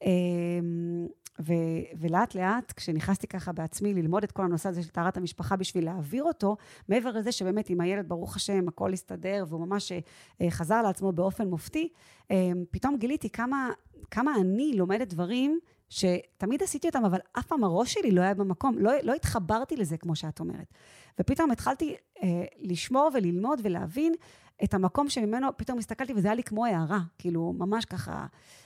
ולאט לאט, כשנכנסתי ככה בעצמי ללמוד את כל הנושא הזה של טהרת המשפחה בשביל להעביר אותו, מעבר לזה שבאמת עם הילד ברוך השם הכל הסתדר, והוא ממש חזר לעצמו באופן מופתי, פתאום גיליתי כמה אני לומדת דברים שתמיד עשיתי אותם, אבל אף פעם הראש שלי לא היה במקום, לא התחברתי לזה, כמו שאת אומרת. ופתאום התחלתי לשמור וללמוד ולהבין את המקום שממנו פתאום הסתכלתי, וזה היה לי כמו הערה, כאילו ממש ככה,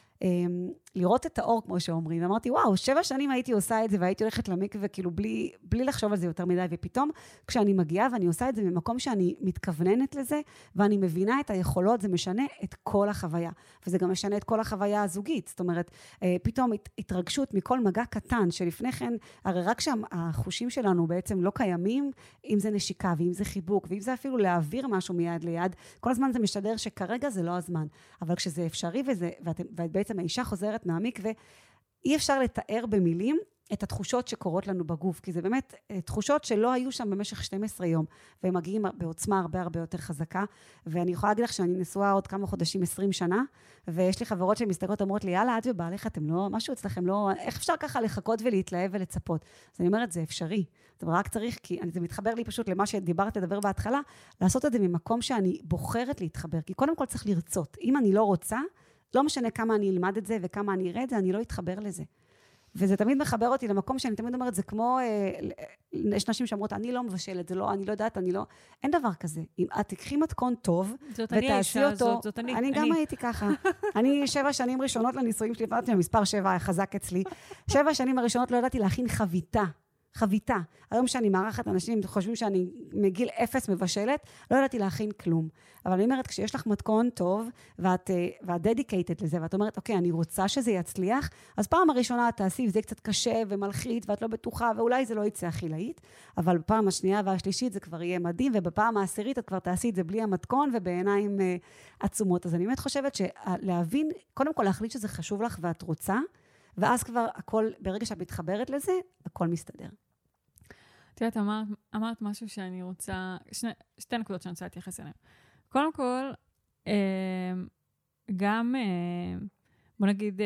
לראות את האור, כמו שאומרים, ואמרתי, וואו, 7 שנים הייתי עושה את זה, והייתי הולכת למקווה, כאילו בלי לחשוב על זה יותר מדי, ופתאום כשאני מגיעה ואני עושה את זה ממקום שאני מתכווננת לזה, ואני מבינה את היכולות, זה משנה את כל החוויה, וזה גם משנה את כל החוויה הזוגית, זאת אומרת, פתאום התרגשות מכל מגע קטן, שלפני כן, הרי רק שהחושים שלנו בעצם לא קיימים, אם זה נשיקה, ואם זה חיבוק, ואם זה אפילו להעביר משהו מיד ליד, כל הזמן זה משדר שכרגע זה לא הזמן, אבל כשזה אפשרי ובעצם האישה חוזרת מהמקווה, אי אפשר לתאר במילים את התחושות שקורות לנו בגוף, כי זה באמת תחושות שלא היו שם במשך 12 יום, והם מגיעים בעוצמה הרבה יותר חזקה, ואני יכולה להגיד לך שאני נשואה עוד כמה חודשים, 20 שנה, ויש לי חברות שמסתכלות, אומרות לי, יאללה, את ובעליך, אתם לא, משהו אצלכם לא, איך אפשר ככה לחכות ולהתלהב ולצפות? אז אני אומרת, זה אפשרי, זה רק צריך, כי זה מתחבר לי פשוט למה שדיברת לדבר בהתחלה, לעשות את זה ממקום שאני בוחרת להתחבר, כי קודם כל צריך לרצות. אם אני לא רוצה, לא משנה כמה אני אלמד את זה וכמה אני אראה את זה, אני לא אתחבר לזה. וזה תמיד מחבר אותי למקום שאני תמיד אומרת, זה כמו, יש נשים שאומרות, אני לא מבשלת, זה לא, אני לא יודעת, אני לא, אין דבר כזה. אם את תקחי מתכון טוב, ותעשי אותו, אני גם הייתי ככה. אני 7 שנים ראשונות לנישואים שלי, הבנתי, המספר 7 חזק אצלי, 7 שנים הראשונות לא ידעתי להכין חביתה. היום שאני מערכת אנשים, חושבים שאני מגיל 0 מבשלת, לא ידעתי להכין כלום. אבל אני אומרת, כשיש לך מתכון טוב, ואת dedicated לזה, ואת אומרת, אוקיי, אני רוצה שזה יצליח, אז פעם הראשונה את תעשי, וזה קצת קשה ומלחיץ, ואת לא בטוחה, ואולי זה לא יצא חילאית, אבל בפעם השנייה והשלישית זה כבר יהיה מדהים, ובפעם העשירית את כבר תעשי את זה בלי המתכון, ובעיניים עצומות. אז אני באמת חושבת שלהבין, קודם כל להחליט שזה חשוב לך ואת רוצה, ואז כבר הכל, ברגע שאת מתחברת לזה, הכל מסתדר. תראית, אמרת משהו שאני רוצה, שתי נקודות שאני רוצה להתייחס אליהן. קודם כל, גם, בוא נגיד,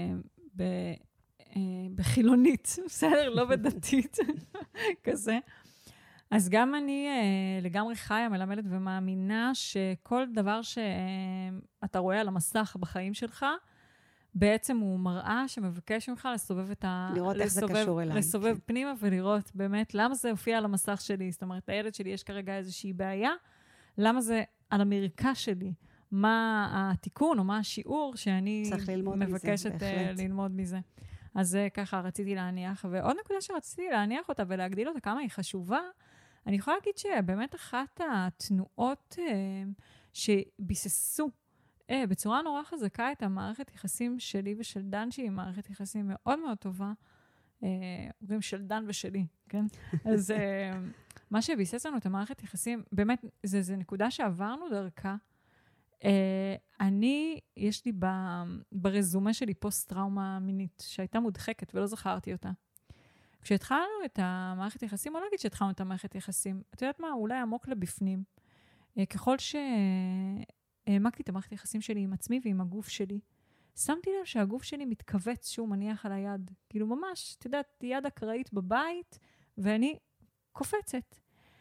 בחילונית, בסדר? לא בדתית, כזה. אז גם אני לגמרי חיה, מלמדת ומאמינה שכל דבר שאתה רואה על המסך בחיים שלך, בעצם הוא מראה שמבקש ממך לסובב את לראות איך זה קשור אליי. לסובב פנימה ולראות באמת למה זה הופיע על המסך שלי. זאת אומרת, הילד שלי יש כרגע איזושהי בעיה, למה זה על המרקע שלי? מה התיקון או מה השיעור שאני מבקשת ללמוד מזה. אז ככה רציתי להניח. ועוד נקודה שרציתי להניח אותה ולהגדיל אותה כמה היא חשובה, אני יכולה להגיד שבאמת אחת התנועות שביססו בצורה נורא חזקה את המערכת יחסים שלי ושל דן, שהיא מערכת יחסים מאוד מאוד טובה, אומרים של דן ושלי, כן? אז מה שביסס לנו את המערכת יחסים, באמת, זה נקודה שעברנו דרכה. יש לי ברזומה שלי פוסט-טראומה מינית, שהייתה מודחקת ולא זכרתי אותה. כשהתחלנו את המערכת יחסים, או לא אגיד שהתחלנו את המערכת יחסים, את יודעת מה? אולי עמוק לבפנים. ככל העמקתי את המערכת היחסים שלי עם עצמי ועם הגוף שלי, שמתי לב שהגוף שלי מתכווץ שהוא מניח על היד. כאילו ממש, את יודעת, יד אקראית בבית, ואני קופצת.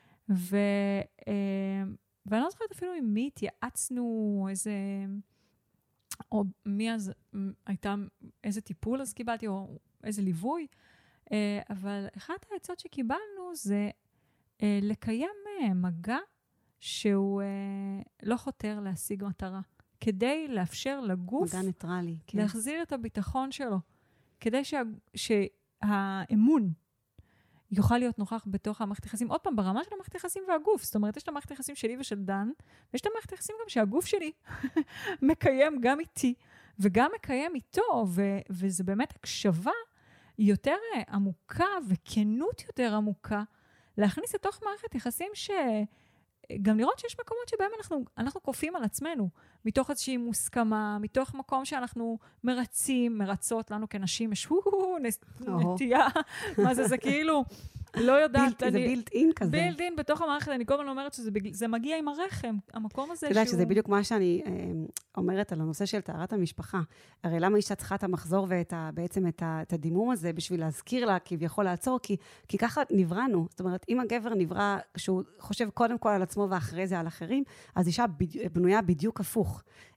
ואני לא זוכרת אפילו עם מי התייעצנו או מי אז הייתה, איזה טיפול אז קיבלתי, או איזה ליווי, אבל אחת העצות שקיבלנו זה לקיים מגע, שהוא לא חותר להשיג מטרה, כדי לאפשר לגוף, מגע ניטרלי, כן. להחזיר את הביטחון שלו, כדי שהאמון יוכל להיות נוכח בתוך המערכת יחסים, עוד פעם, ברמה של המערכת יחסים והגוף, זאת אומרת, יש את המערכת יחסים שלי ושל דן, ויש את המערכת יחסים גם שהגוף שלי מקיים גם איתי, וגם מקיים איתו, וזה באמת הקשבה יותר עמוקה, וכנות יותר עמוקה, להכניס לתוך מערכת יחסים גם לראות שיש מקומות שבהם אנחנו קופים על עצמנו, מתוך איזושהי מוסכמה, מתוך מקום שאנחנו מרצות לנו כנשים, יש נטייה, מה זה כאילו, לא יודעת. זה בילט אין כזה. בילט אין בתוך המערכת, אני כל הזמן אומרת שזה מגיע עם הרחם, המקום הזה אתה יודע שזה בדיוק מה שאני אומרת על הנושא של טהרת המשפחה. הרי למה אישה צריכה את המחזור ובעצם את הדימום הזה, בשביל להזכיר לה, כביכול לעצור, כי ככה נבראנו. זאת אומרת, אם הגבר נברא, שהוא חושב קודם כל על עצמו ואחרי זה על אחרים, אז אישה בנויה בדיוק הפוך.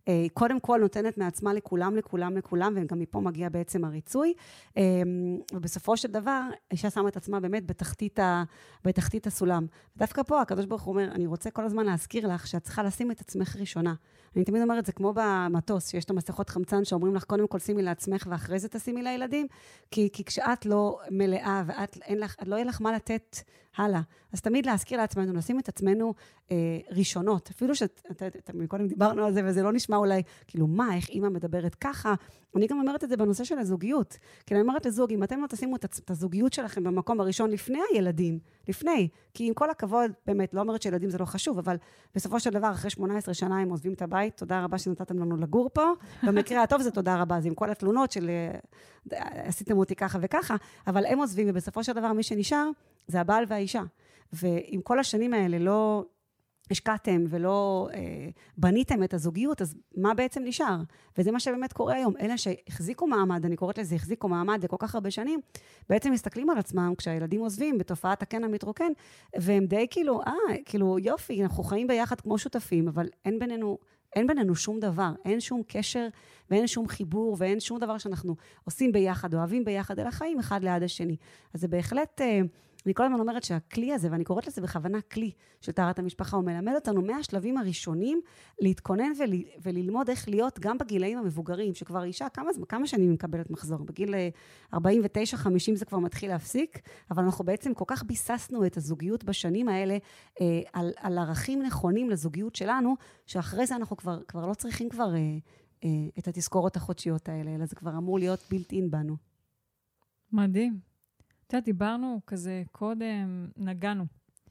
קודם כל נותנת מעצמה לכולם, וגם מפה מגיע בעצם הריצוי, ובסופו של דבר, האישה שמה את עצמה באמת בתחתית הסולם. ודווקא פה, הקדוש ברוך הוא אומר, אני רוצה כל הזמן להזכיר לך, שאת צריכה לשים את עצמך ראשונה. אני תמיד אומרת, זה כמו במטוס, שיש את המסכות חמצן, שאומרים לך, קודם כל שימי לעצמך, ואחרי זה תשימי לילדים, כי כשאת לא מלאה, לא יהיה לך מה לתת הלאה. אז תמיד להזכיר לעצמנו, לשים את עצמנו ראשונות. אפילו קודם דיברנו על זה, וזה לא נשמע אולי, כאילו, מה, איך אמא מדברת ככה? אני גם אומרת את זה בנושא של הזוגיות. כי אני אומרת לזוג, אם אתם לא תשימו את הזוגיות שלכם במקום הראשון לפני הילדים, לפני, כי עם כל הכבוד, באמת, לא אומרת שילדים זה לא חשוב, אבל בסופו של דבר, אחרי 18 שנה הם עוזבים את הבית, תודה רבה שנתתם לנו לגור פה, במקרה הטוב זה תודה רבה, זה עם כל התלונות של, עשיתם אותי ככה וככה, אבל הם עוזבים, ובסופו של דבר מי שנשאר, זה הבעל והאישה. ועם כל השנים האלה לא השקעתם ולא בניתם את הזוגיות, אז מה בעצם נשאר? וזה מה שבאמת קורה היום. אלה שהחזיקו מעמד, אני קוראת לזה, החזיקו מעמד לכל כך הרבה שנים, בעצם מסתכלים על עצמם כשהילדים עוזבים בתופעת הקן המתרוקן, והם די כאילו יופי, אנחנו חיים ביחד כמו שותפים, אבל אין בינינו שום דבר, אין שום קשר, ואין שום חיבור, ואין שום דבר שאנחנו עושים ביחד, אוהבים ביחד, אלא חיים אחד ליד השני. אז זה בהחלט, אני כל הזמן אומרת שהכלי הזה, ואני קוראת לזה בכוונה כלי של טהרת המשפחה, הוא מלמד אותנו מהשלבים הראשונים, להתכונן וללמוד איך להיות גם בגילאים המבוגרים, שכבר אישה, כמה שנים מקבלת מחזור? בגיל 49-50 זה כבר מתחיל להפסיק, אבל אנחנו בעצם כל כך ביססנו את הזוגיות בשנים האלה, על ערכים נכונים לזוגיות שלנו, שאחרי זה אנחנו כבר לא צריכים כבר את התזכורות החודשיות האלה, אלא זה כבר אמור להיות בילט-אין בנו. מדהים. דיברנו כזה קודם, נגענו.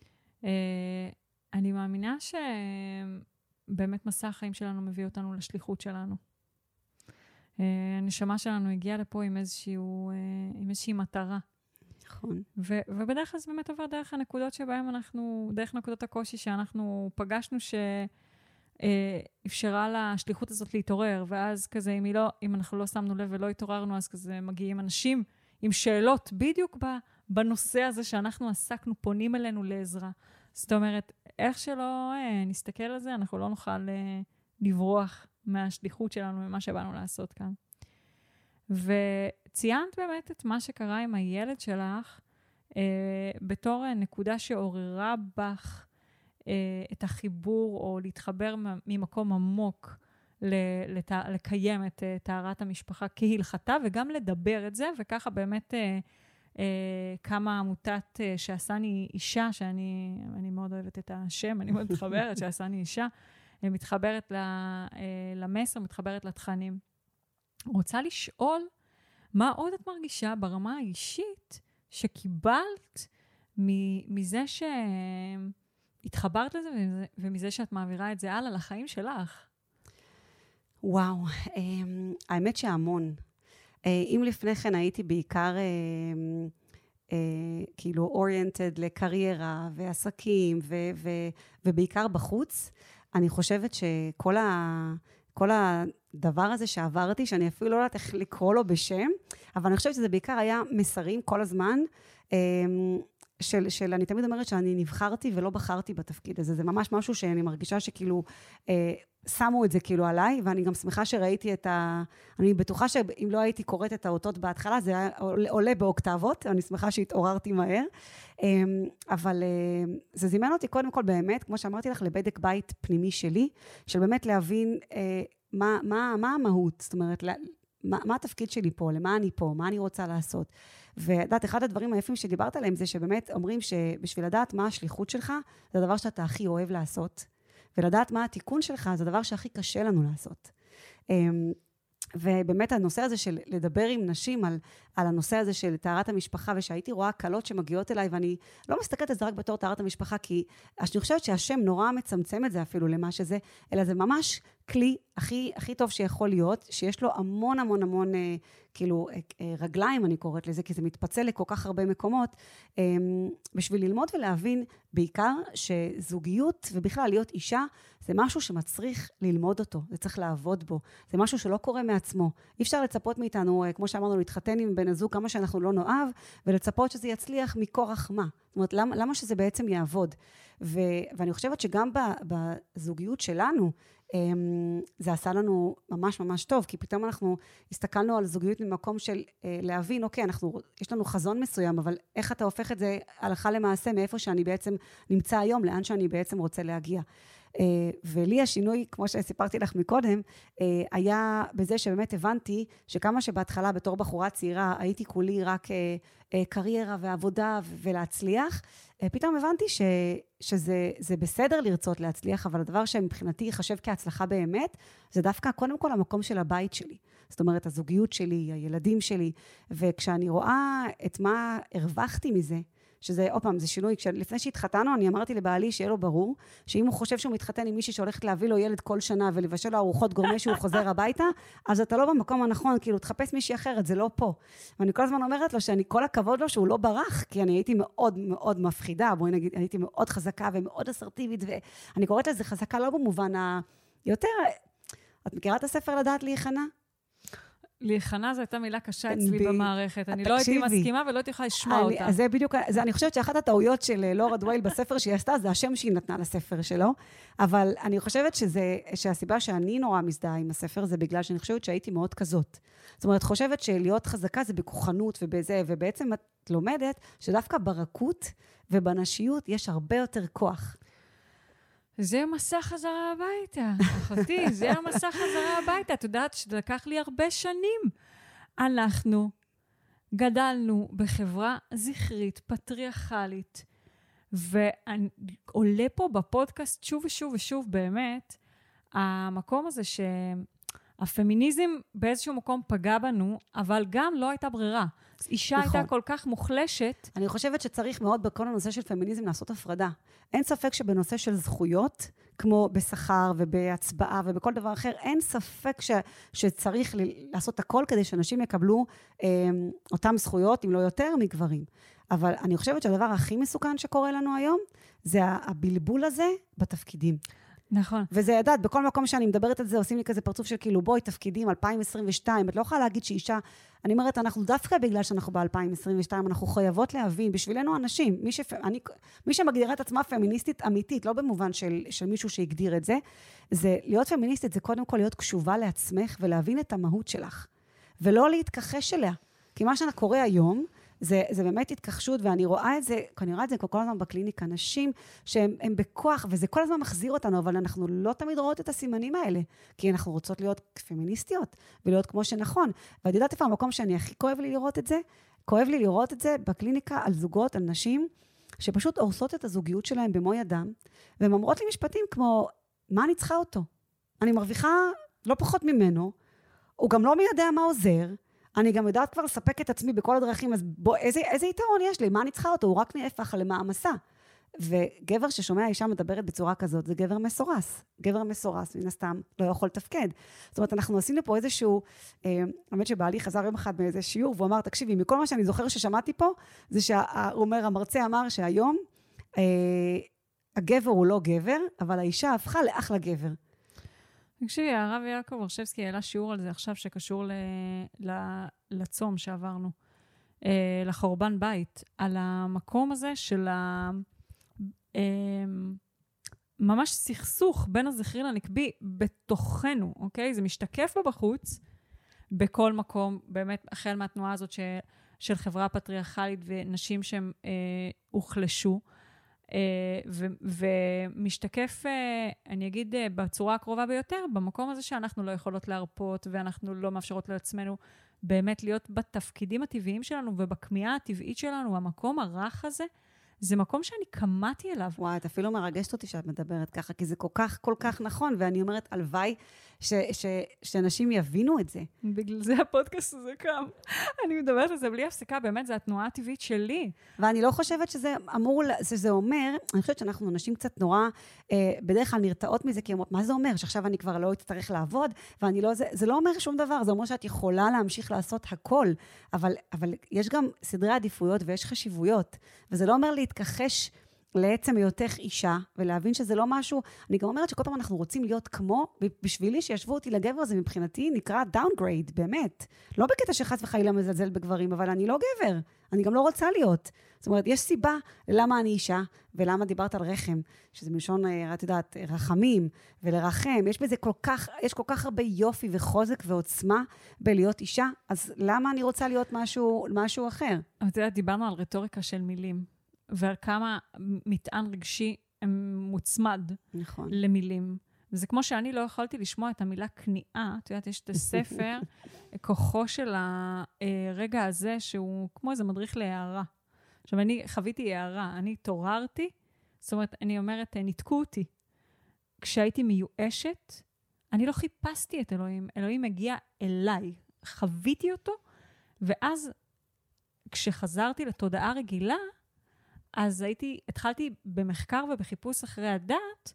אני מאמינה שבאמת מסע החיים שלנו מביא אותנו לשליחות שלנו. הנשמה שלנו הגיעה לפה עם איזושהי מטרה. נכון. ובדרך כלל זה באמת עובר דרך הנקודות שבהן דרך נקודות הקושי שאנחנו פגשנו אפשרה לשליחות הזאת להתעורר, ואז כזה, אם אנחנו לא שמנו לב ולא התעוררנו, אז כזה מגיעים אנשים עם שאלות בדיוק בנושא הזה שאנחנו עסקנו, פונים אלינו לעזרה. זאת אומרת, איך שלא נסתכל על זה, אנחנו לא נוכל לברוח מהשליחות שלנו, ממה שבאנו לעשות כאן. וציינת באמת את מה שקרה עם הילד שלך, בתור נקודה שעוררה בך את החיבור, או להתחבר ממקום עמוק, לקיים את טהרת המשפחה כהלכתה, וגם לדבר את זה, וככה באמת כמה עמותת שעשני אישה, שאני מאוד אוהבת את השם, אני מאוד מתחברת, שעשני אישה, מתחברת למסר, מתחברת לתכנים. רוצה לשאול, מה עוד את מרגישה ברמה האישית, שקיבלת מזה שהתחברת לזה, ומזה שאת מעבירה את זה הלאה לחיים שלך? וואו, האמת שהמון. אם לפני כן הייתי בעיקר כאילו אוריינטד לקריירה ועסקים ובעיקר בחוץ, אני חושבת שכל הדבר הזה שעברתי, שאני אפילו לא יודעת איך לקרוא לו בשם, אבל אני חושבת שזה בעיקר היה מסרים כל הזמן, אני תמיד אומרת שאני נבחרתי ולא בחרתי בתפקיד הזה, זה ממש משהו שאני מרגישה שכאילו, שמו את זה כאילו עליי, ואני גם שמחה שראיתי אני בטוחה שאם לא הייתי קוראת את האותות בהתחלה, זה היה עולה באוקטבות, אני שמחה שהתעוררתי מהר, אבל זה זימן אותי קודם כל באמת, כמו שאמרתי לך, לבדק בית פנימי שלי, של באמת להבין מה המהות, זאת אומרת, מה התפקיד שלי פה, למה אני פה, מה אני רוצה לעשות. ודעת, אחד הדברים היפים שדיברת עליהם, זה שבאמת אומרים שבשביל לדעת מה השליחות שלך, זה הדבר שאתה הכי אוהב לעשות, ולדעת מה התיקון שלך, זה הדבר שהכי קשה לנו לעשות. ובאמת הנושא הזה של לדבר עם נשים על הנושא הזה של טהרת המשפחה, ושהייתי רואה קלות שמגיעות אליי, ואני לא מסתכלת את זה רק בתור טהרת המשפחה, כי אני חושבת שהשם נורא מצמצם את זה אפילו למה שזה, אלא זה ממש כלי הכי טוב שיכול להיות, שיש לו המון המון המון כאילו רגליים, אני קוראת לזה, כי זה מתפצל לכל כך הרבה מקומות, בשביל ללמוד ולהבין בעיקר שזוגיות ובכלל להיות אישה, זה משהו שמצריך ללמוד אותו, זה צריך לעבוד בו, זה משהו שלא קורה מעצמו. אי אפשר לצפות מאיתנו, כמו שאמרנו, להתחתן עם בן הזוג כמה שאנחנו לא נאהב, ולצפות שזה יצליח מכורח מה. זאת אומרת, למה שזה בעצם יעבוד? ואני חושבת שגם בזוגיות שלנו, זה עשה לנו ממש ממש טוב, כי פתאום אנחנו הסתכלנו על זוגיות ממקום של להבין, אוקיי, יש לנו חזון מסוים, אבל איך אתה הופך את זה הלכה למעשה, מאיפה שאני בעצם נמצא היום, לאן שאני בעצם רוצה להגיע. ולי השינוי, כמו שסיפרתי לך מקודם, היה בזה שבאמת הבנתי שכמה שבהתחלה בתור בחורה צעירה, הייתי כולי רק קריירה ועבודה ולהצליח, פתאום הבנתי שזה בסדר לרצות להצליח, אבל הדבר שמבחינתי יחשב כהצלחה באמת, זה דווקא קודם כל המקום של הבית שלי. זאת אומרת, הזוגיות שלי, הילדים שלי, וכשאני רואה את מה הרווחתי מזה, שזה, עוד פעם, זה שינוי, לפני שהתחתנו, אני אמרתי לבעלי שיהיה לו ברור, שאם הוא חושב שהוא מתחתן עם מישהי שהולכת להביא לו ילד כל שנה, ולבשל לו ארוחות גורמה שהוא חוזר הביתה, אז אתה לא במקום הנכון, כאילו, תחפש מישהי אחרת, זה לא פה. ואני כל הזמן אומרת לו שאני כל הכבוד לו שהוא לא ברח, כי אני הייתי מאוד מאוד מפחידה, בואי נגיד, הייתי מאוד חזקה ומאוד אסרטיבית, ואני קוראת לזה חזקה לא במובן יותר, את מכירה את הספר לדעת להיכנע? להיכנע זו הייתה מילה קשה אצלי במערכת, אני לא הייתי מסכימה ולא הייתי יכולה לשמוע אותה. זה בדיוק, אני חושבת שאחת הטעויות של לורה דווייל בספר שהיא עשתה, זה השם שהיא נתנה לספר שלו, אבל אני חושבת שהסיבה שאני נורא מזדהה עם הספר, זה בגלל שאני חושבת שהייתי מאוד כזאת. זאת אומרת, חושבת שלהיות חזקה זה בכוחנות ובזה, ובעצם את לומדת שדווקא ברכות ובנשיות יש הרבה יותר כוח. זה מסע חזרה הביתה, אחותי, זה המסע חזרה הביתה. את יודעת שזה לקח לי הרבה שנים. אנחנו גדלנו בחברה זכרית, פטריארכלית, ועולה פה בפודקאסט שוב ושוב ושוב באמת, המקום הזה שהפמיניזם באיזשהו מקום פגע בנו, אבל גם לא הייתה ברירה. אישה הייתה כל כך מוחלשת. אני חושבת שצריך מאוד בכל הנושא של פמיניזם לעשות הפרדה. אין ספק שבנושא של זכויות, כמו בשכר ובהצבעה ובכל דבר אחר, אין ספק שצריך לעשות הכל כדי שאנשים יקבלו אותם זכויות, אם לא יותר מגברים. אבל אני חושבת שהדבר הכי מסוכן שקורה לנו היום, זה הבלבול הזה בתפקידים. נכון. וזה ידעת, בכל מקום שאני מדברת על זה, עושים לי כזה פרצוף של כאילו, בואי, תפקידים, 2022, את לא יכולה להגיד שאישה, אני אומרת, אנחנו דווקא בגלל שאנחנו ב-2022, אנחנו חייבות להבין, בשבילנו אנשים, מי שמגדירה את עצמה פמיניסטית אמיתית, לא במובן של מישהו שהגדיר את זה, זה להיות פמיניסטית, זה קודם כל להיות קשובה לעצמך, ולהבין את המהות שלך, ולא להתכחש אליה. כי מה שקורה היום, זה באמת התכחשות, ואני רואה את זה כל הזמן בקליניקה, אנשים שהם בכוח, וזה כל הזמן מחזיר אותנו, אבל אנחנו לא תמיד רואות את הסימנים האלה, כי אנחנו רוצות להיות פמיניסטיות, ולהיות כמו שנכון. ואת יודעת איפה המקום שאני הכי כואב לי לראות את זה? כואב לי לראות את זה בקליניקה על זוגות, על נשים, שפשוט הורסות את הזוגיות שלהם במו ידם, והן אומרות לי משפטים כמו, מה אני צריכה אותו? אני מרוויחה לא פחות ממנו, הוא גם לא מי יודע מה עוזר, אני גם יודעת כבר לספק את עצמי בכל הדרכים, אז איזה יתרון יש לי? מה אני צריכה אותו? הוא רק נהפך למעמסה. וגבר ששומע אישה מדברת בצורה כזאת, זה גבר מסורס. גבר מסורס, מן הסתם, לא יכול לתפקד. זאת אומרת, אנחנו עשינו פה איזשהו, האמת שבעלי חזר יום אחד מאיזה שיעור, והוא אמר, תקשיבי, מכל מה שאני זוכר ששמעתי פה, זה המרצה אמר שהיום, הגבר הוא לא גבר, אבל האישה הפכה לאחלה גבר. תקשיבי, הרב יעקב ורשבסקי העלה שיעור על זה עכשיו שקשור לצום שעברנו, לחורבן בית, על המקום הזה של ממש סכסוך בין הזכרי לנקבי בתוכנו, אוקיי? זה משתקף בחוץ, בכל מקום, באמת החל מהתנועה הזאת של חברה פטריארכלית ונשים שהם הוחלשו, ומשתקף, אני אגיד, בצורה הקרובה ביותר, במקום הזה שאנחנו לא יכולות להרפות, ואנחנו לא מאפשרות לעצמנו באמת להיות בתפקידים הטבעיים שלנו, ובכמיהה הטבעית שלנו, המקום הרך הזה, זה מקום שאני קמאתי אליו. וואי, את אפילו מרגשת אותי שאת מדברת ככה, כי זה כל כך נכון, ואני אומרת, הלוואי שאנשים יבינו את זה. בגלל זה הפודקאסט הזה קם. אני מדברת על זה בלי הפסקה, באמת, זה התנועה הטבעית שלי. ואני לא חושבת שזה אומר, אני חושבת שאנחנו נשים קצת נורא, בדרך כלל נרתעות מזה, כי אומרות, מה זה אומר? שעכשיו אני כבר לא אצטרך לעבוד, ואני לא, זה לא אומר שום דבר, זה אומר שאת יכולה להמשיך לעשות הכל, אבל יש גם סדרי עדיפויות ויש חשיבויות, וזה לא אומר להתכחש לעצם היותך אישה, ולהבין שזה לא משהו, אני גם אומרת שכל פעם אנחנו רוצים להיות כמו, בשבילי שישבו אותי לגבר הזה מבחינתי, נקרא downgrade, באמת. לא בקטע שחס וחלילה מזלזל בגברים, אבל אני לא גבר, אני גם לא רוצה להיות. זאת אומרת, יש סיבה למה אני אישה, ולמה דיברת על רחם, שזה מלשון, את יודעת, רחמים, ולרחם, יש כל כך הרבה יופי וחוזק ועוצמה בלהיות אישה, אז למה אני רוצה להיות משהו אחר? אבל אתה יודע, דיברנו על רטוריקה של מילים, ועל כמה מטען רגשי מוצמד נכון. למילים. וזה כמו שאני לא יכולתי לשמוע את המילה כניעה, את יודעת, יש את הספר, כוחו של הרגע הזה, שהוא כמו איזה מדריך להערה. עכשיו, אני חוויתי הערה, אני התעוררתי, זאת אומרת, אני אומרת, ניתקו אותי. כשהייתי מיואשת, אני לא חיפשתי את אלוהים, אלוהים הגיע אליי, חוויתי אותו, ואז כשחזרתי לתודעה רגילה, אז התחלתי במחקר ובחיפוש אחרי הדת,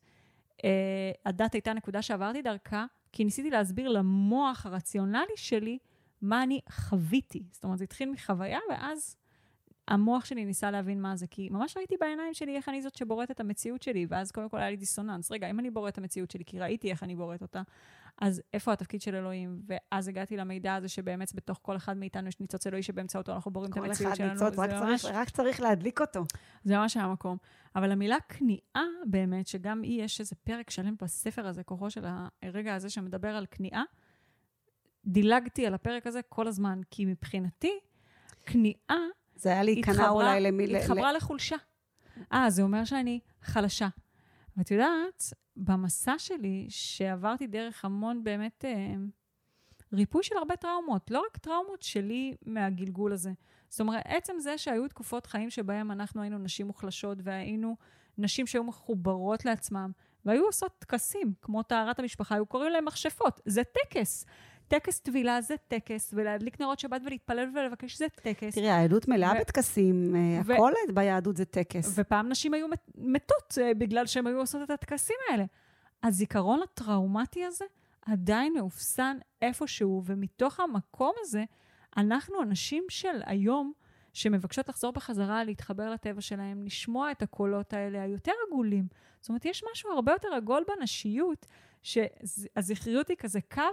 הדת הייתה נקודה שעברתי דרכה, כי ניסיתי להסביר למוח הרציונלי שלי, מה אני חוויתי. זאת אומרת, זה התחיל מחוויה, ואז המוח שלי ניסה להבין מה זה, כי ממש ראיתי בעיניים שלי איך אני זאת שבוראת את המציאות שלי, ואז קודם כל היה לי דיסוננס. רגע, אם אני בוראת את המציאות שלי, כי ראיתי איך אני בוראת אותה, אז איפה התפקיד של אלוהים? ואז הגעתי למידע הזה שבאמת בתוך כל אחד מאיתנו יש ניצוץ אלוהי שבאמצעותו אנחנו בוראים את המציאות שלנו. כל אחד ניצוץ, רק צריך להדליק אותו. זה ממש היה המקום. אבל המילה כניעה באמת, שגם יש איזה פרק שלם בספר הזה, כוחו של הרגע הזה שמדבר על כניעה, דילגתי על הפרק הזה כל הזמן, כי מבחינתי, כניעה זה היה להיכנע אולי התחברה לחולשה. זה אומר שאני חלשה. ואת יודעת, במסע שלי, שעברתי דרך המון באמת ריפוי של הרבה טראומות, לא רק טראומות שלי מהגלגול הזה. זאת אומרת, עצם זה שהיו תקופות חיים שבהם אנחנו היינו נשים מוחלשות, והיינו נשים שהיו מחוברות לעצמם, והיו עושות טקסים, כמו טהרת המשפחה, היו קוראים להם מכשפות. זה טקס. טקס טבילה זה טקס, ולהדליק נרות שבת ולהתפלל ולבקש זה טקס. תראי, היהדות מלאה בטקסים, הכל ביהדות זה טקס. ופעם נשים היו מתות בגלל שהן היו עושות את הטקסים האלה. הזיכרון הטראומטי הזה עדיין מאופסן איפשהו, ומתוך המקום הזה, אנחנו אנשים של היום, שמבקשות לחזור בחזרה, להתחבר לטבע שלהם, לשמוע את הקולות האלה, היותר עגולים. זאת אומרת, יש משהו הרבה יותר עגול בנשיות, שהזכריות היא כזה קו,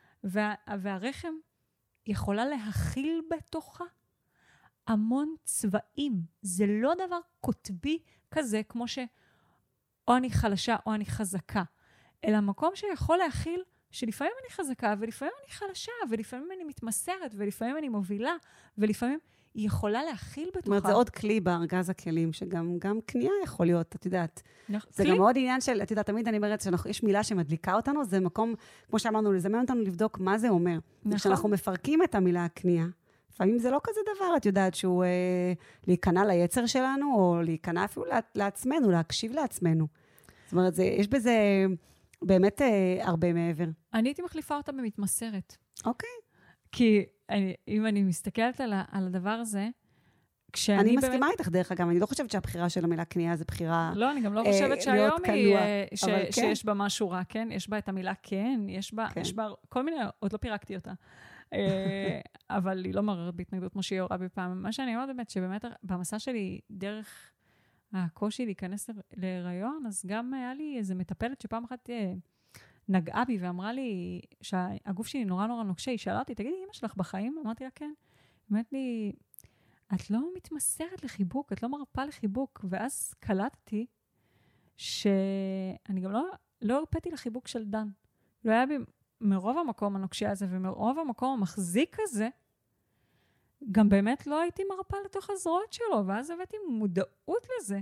והרחם יכולה להכיל בתוכה המון צבעים. זה לא דבר קוטבי כזה, כמו או אני חלשה או אני חזקה, אלא מקום שיכול להכיל שלפעמים אני חזקה, ולפעמים אני חלשה, ולפעמים אני מתמסרת, ולפעמים אני מובילה, ולפעמים היא יכולה להכיל בתוכה. זאת אומרת, זה עוד כלי בארגז הכלים, שגם כניעה יכול להיות, את יודעת. זה כלי? גם עוד עניין של, את יודעת, תמיד אני אומרת שיש מילה שמדליקה אותנו, זה מקום, כמו שאמרנו, לזמן אותנו לבדוק מה זה אומר. נכון. כשאנחנו מפרקים את המילה כניעה, לפעמים זה לא כזה דבר, את יודעת, שהוא להיכנע ליצר שלנו, או להיכנע אפילו לעצמנו, להקשיב לעצמנו. זאת אומרת, יש בזה באמת הרבה מעבר. אני הייתי מחליפה אותה במתמסרת. אוקיי. כי אם אני מסתכלת על הדבר הזה, אני מסכימה איתך דרך אגב, אני לא חושבת שהבחירה של המילה כניעה זה בחירה לא, אני גם לא חושבת שהיום היא, שיש בה משהו רע, כן? יש בה את המילה כן, יש בה כל מיני, עוד לא פירקתי אותה, אבל היא לא מעוררת בהתנגדות כמו שהיא הורה בפעם. מה שאני אומרת באמת, שבאמת במסע שלי, דרך הקושי להיכנס להיריון, אז גם היה לי איזה מטפלת שפעם אחת נגעה בי ואמרה לי שהגוף שלי נורא נורא נוקשה, היא שאלה אותי, תגידי, אמא שלך בחיים? אמרתי לה, כן. אמרת לי, את לא מתמסרת לחיבוק, את לא מרפה לחיבוק. ואז קלטתי שאני גם לא הרפאתי לחיבוק של דן. לא היה בי מרוב המקום הנוקשה הזה ומרוב המקום המחזיק הזה, גם באמת לא הייתי מרפה לתוך הזרועות שלו. ואז הבאתי מודעות לזה,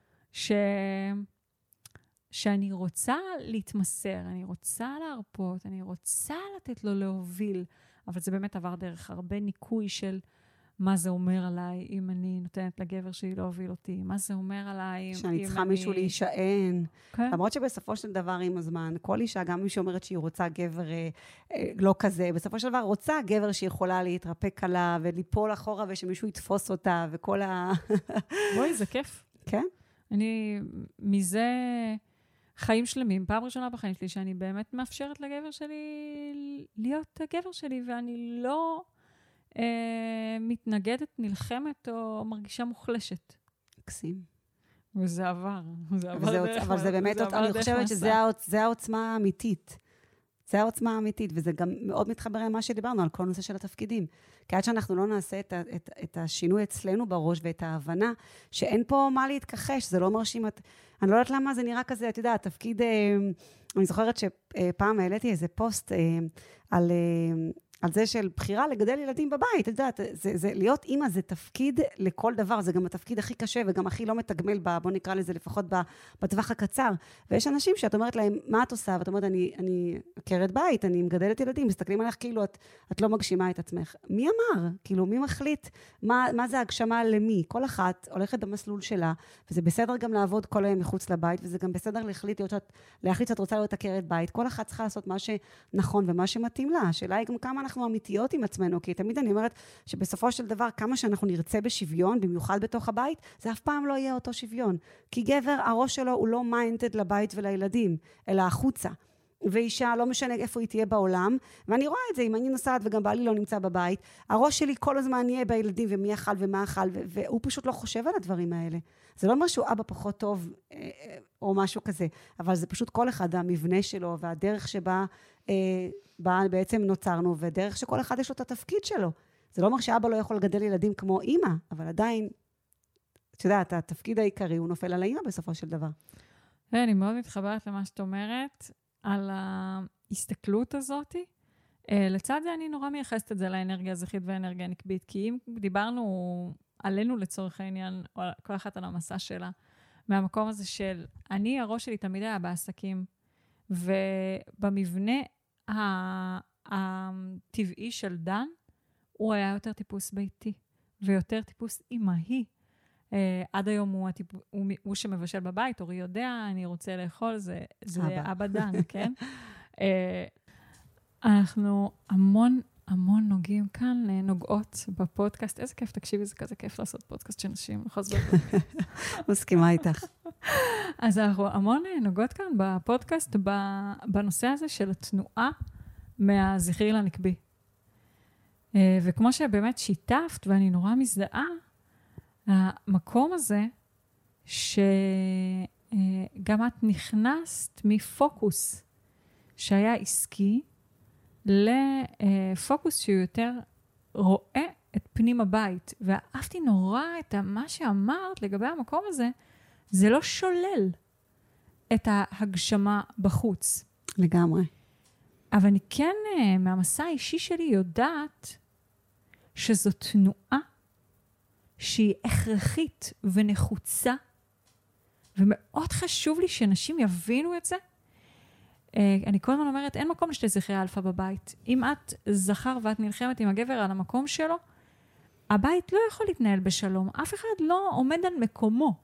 שאני רוצה להתמסר, אני רוצה להרפות, אני רוצה לתת לו להוביל, אבל זה באמת עבר דרך הרבה ניקוי של מה זה אומר עליי אם אני נותנת לגבר שלי להוביל אותי, מה זה אומר עליי שאני צריכה מישהו להישען. למרות שבסופו של דבר עם הזמן, כל אישה, גם מי שאומרת שהיא רוצה גבר לא כזה, בסופו של דבר רוצה גבר שיכולה להתרפק עליו וליפול אחורה ושמישהו יתפוס אותה וכל בואי, זה כיף. כן? אני מזה חיים שלמים, פעם ראשונה בחיים שלי, שאני באמת מאפשרת לגבר שלי להיות הגבר שלי, ואני לא מתנגדת, נלחמת או מרגישה מוחלשת. מקסים. וזה עבר. אבל זה באמת, אני חושבת שזה העוצמה האמיתית. זה העוצמה האמיתית, וזה גם מאוד מתחבר למה שדיברנו, על כל נושא של התפקידים. כי עד שאנחנו לא נעשה את השינוי אצלנו בראש, ואת ההבנה שאין פה מה להתכחש, זה לא מרשים, אני לא יודעת למה זה נראה כזה, אתה יודע, התפקיד, אני זוכרת שפעם העליתי איזה פוסט על זה של בחירה לגדל ילדים בבית, אתה יודעת, להיות אימא זה תפקיד לכל דבר, זה גם התפקיד הכי קשה וגם הכי לא מתגמל, בוא נקרא לזה לפחות בטווח הקצר. ויש אנשים שאת אומרת להם, מה את עושה? ואת אומרת, אני עקרת בית, אני מגדלת ילדים, מסתכלים עליך כאילו את לא מגשימה את עצמך. מי אמר? כאילו, מי מחליט? מה זה הגשמה למי? כל אחת הולכת במסלול שלה, וזה בסדר גם לעבוד כל היום מחוץ לבית, וזה גם בסדר להחליט שאת רוצה להיות עקרת בית. כל אחת צריכה לעשות מה שנכון ומה שמתאים לה. השאלה היא גם כמה אנחנו אמיתיות עם עצמנו, כי תמיד אני אומרת שבסופו של דבר, כמה שאנחנו נרצה בשוויון, במיוחד בתוך הבית, זה אף פעם לא יהיה אותו שוויון. כי גבר, הראש שלו הוא לא מיינדד לבית ולילדים, אלא החוצה. ואישה, לא משנה איפה היא תהיה בעולם, ואני רואה את זה, אם אני נוסעת וגם בעלי לא נמצא בבית, הראש שלי כל הזמן יהיה בילדים, ומי אכל ומה אכל, והוא פשוט לא חושב על הדברים האלה. זה לא אומר שהוא אבא פחות טוב, או משהו כזה, אבל זה פשוט כל אחד, המבנה שלו, והדרך שבה בעצם נוצרנו, ודרך שכל אחד יש לו את התפקיד שלו. זה לא אומר שאבא לא יכול לגדל ילדים כמו אמא, אבל עדיין, אתה יודע, התפקיד העיקרי הוא נופל על האמא בסופו של דבר. אני מאוד מתחברת למה שאת אומרת, על ההסתכלות הזאת. לצד זה אני נורא מייחסת את זה לאנרגיה הזכרית והאנרגיה הנקבית, כי אם דיברנו עלינו לצורך העניין, או כל אחת על המסע שלה, מהמקום הזה של הראש שלי תמיד היה בעסקים, ובמבנה הטבעי של דן, הוא היה יותר טיפוס ביתי, ויותר טיפוס אימהי. עד היום הוא שמבשל בבית, אורי יודע, אני רוצה לאכול, זה אבא דן, כן? אנחנו המון נוגעים כאן, נוגעות בפודקאסט. איזה כיף, תקשיבי, זה כזה כיף לעשות פודקאסט של נשים. מסכימה איתך. אז אנחנו המון נוגעות כאן בפודקאסט, בנושא הזה של התנועה מהזכרי לנקבי. וכמו שבאמת שיתפת, ואני נורא מזדהה, המקום הזה, שגם את נכנסת מפוקוס שהיה עסקי, לפוקוס שהוא יותר רואה את פנים הבית. ואהבתי נורא את מה שאמרת לגבי המקום הזה, זה לא שולל את ההגשמה בחוץ. לגמרי. אבל אני כן, מהמסע האישי שלי יודעת, שזו תנועה שהיא הכרחית ונחוצה, ומאוד חשוב לי שאנשים יבינו את זה. אני כל הזמן אומרת, אין מקום לשתי זכרי אלפא בבית. אם את זכר ואת נלחמת עם הגבר על המקום שלו, הבית לא יכול להתנהל בשלום. אף אחד לא עומד על מקומו.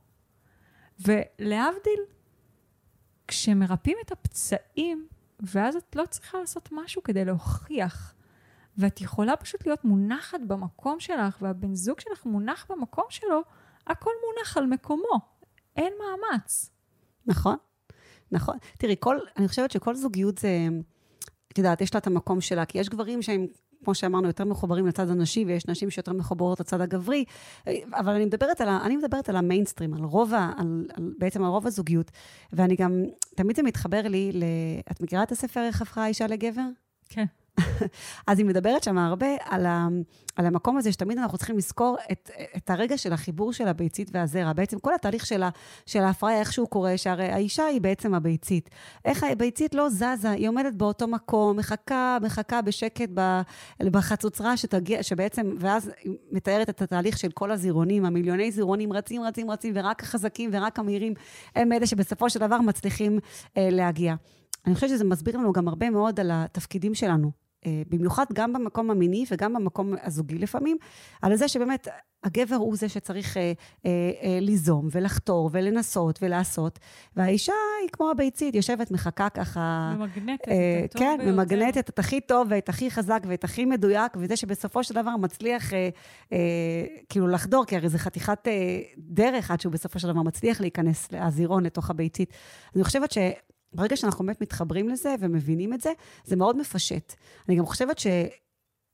ולהבדיל, כשמרפאים את הפצעים, ואז את לא צריכה לעשות משהו כדי להוכיח, ואת יכולה פשוט להיות מונחת במקום שלך, והבן זוג שלך מונח במקום שלו, הכל מונח על מקומו. אין מאמץ. נכון. נכון. תראי, אני חושבת שכל זוגיות זה, את יודעת, יש לה את המקום שלה, כי יש גברים שהם, כמו שאמרנו, יותר מחוברים לצד הנשי, ויש נשים שיותר מחוברות לצד הגברי, אבל אני מדברת על המיינסטרים, בעצם על רוב הזוגיות, ואני גם, תמיד זה מתחבר לי, את מכירה את הספר איך הפכה האישה לגבר? כן. אז היא מדברת שם הרבה על המקום הזה, שתמיד אנחנו צריכים לזכור את הרגע של החיבור של הביצית והזרע. בעצם כל התהליך של ההפריה, איך שהוא קורה, שהרי האישה היא בעצם הביצית. איך הביצית לא זזה, היא עומדת באותו מקום, מחכה בשקט בחצוצרה שתגיע, שבעצם, ואז מתארת את התהליך של כל הזירונים, המיליוני זירונים רצים, ורק החזקים ורק המהירים, הם אלה שבסופו של דבר מצליחים להגיע. אני חושבת שזה מסביר לנו גם הרבה מאוד על התפקידים שלנו, במיוחד גם במקום המיני וגם במקום הזוגי לפעמים, על זה שבאמת הגבר הוא זה שצריך ליזום ולחתור ולנסות ולעשות, והאישה היא כמו הביצית, יושבת מחכה ככה, ממגנטת את הטוב כן, ביותר. ממגנטת את הכי טוב ואת הכי חזק ואת הכי מדויק, וזה שבסופו של דבר מצליח כאילו לחדור, כי הרי זה חתיכת דרך עד שהוא בסופו של דבר מצליח להיכנס הזירון לתוך הביצית. אני חושבת ברגע שאנחנו באמת מתחברים לזה ומבינים את זה, זה מאוד מפשט. אני גם חושבת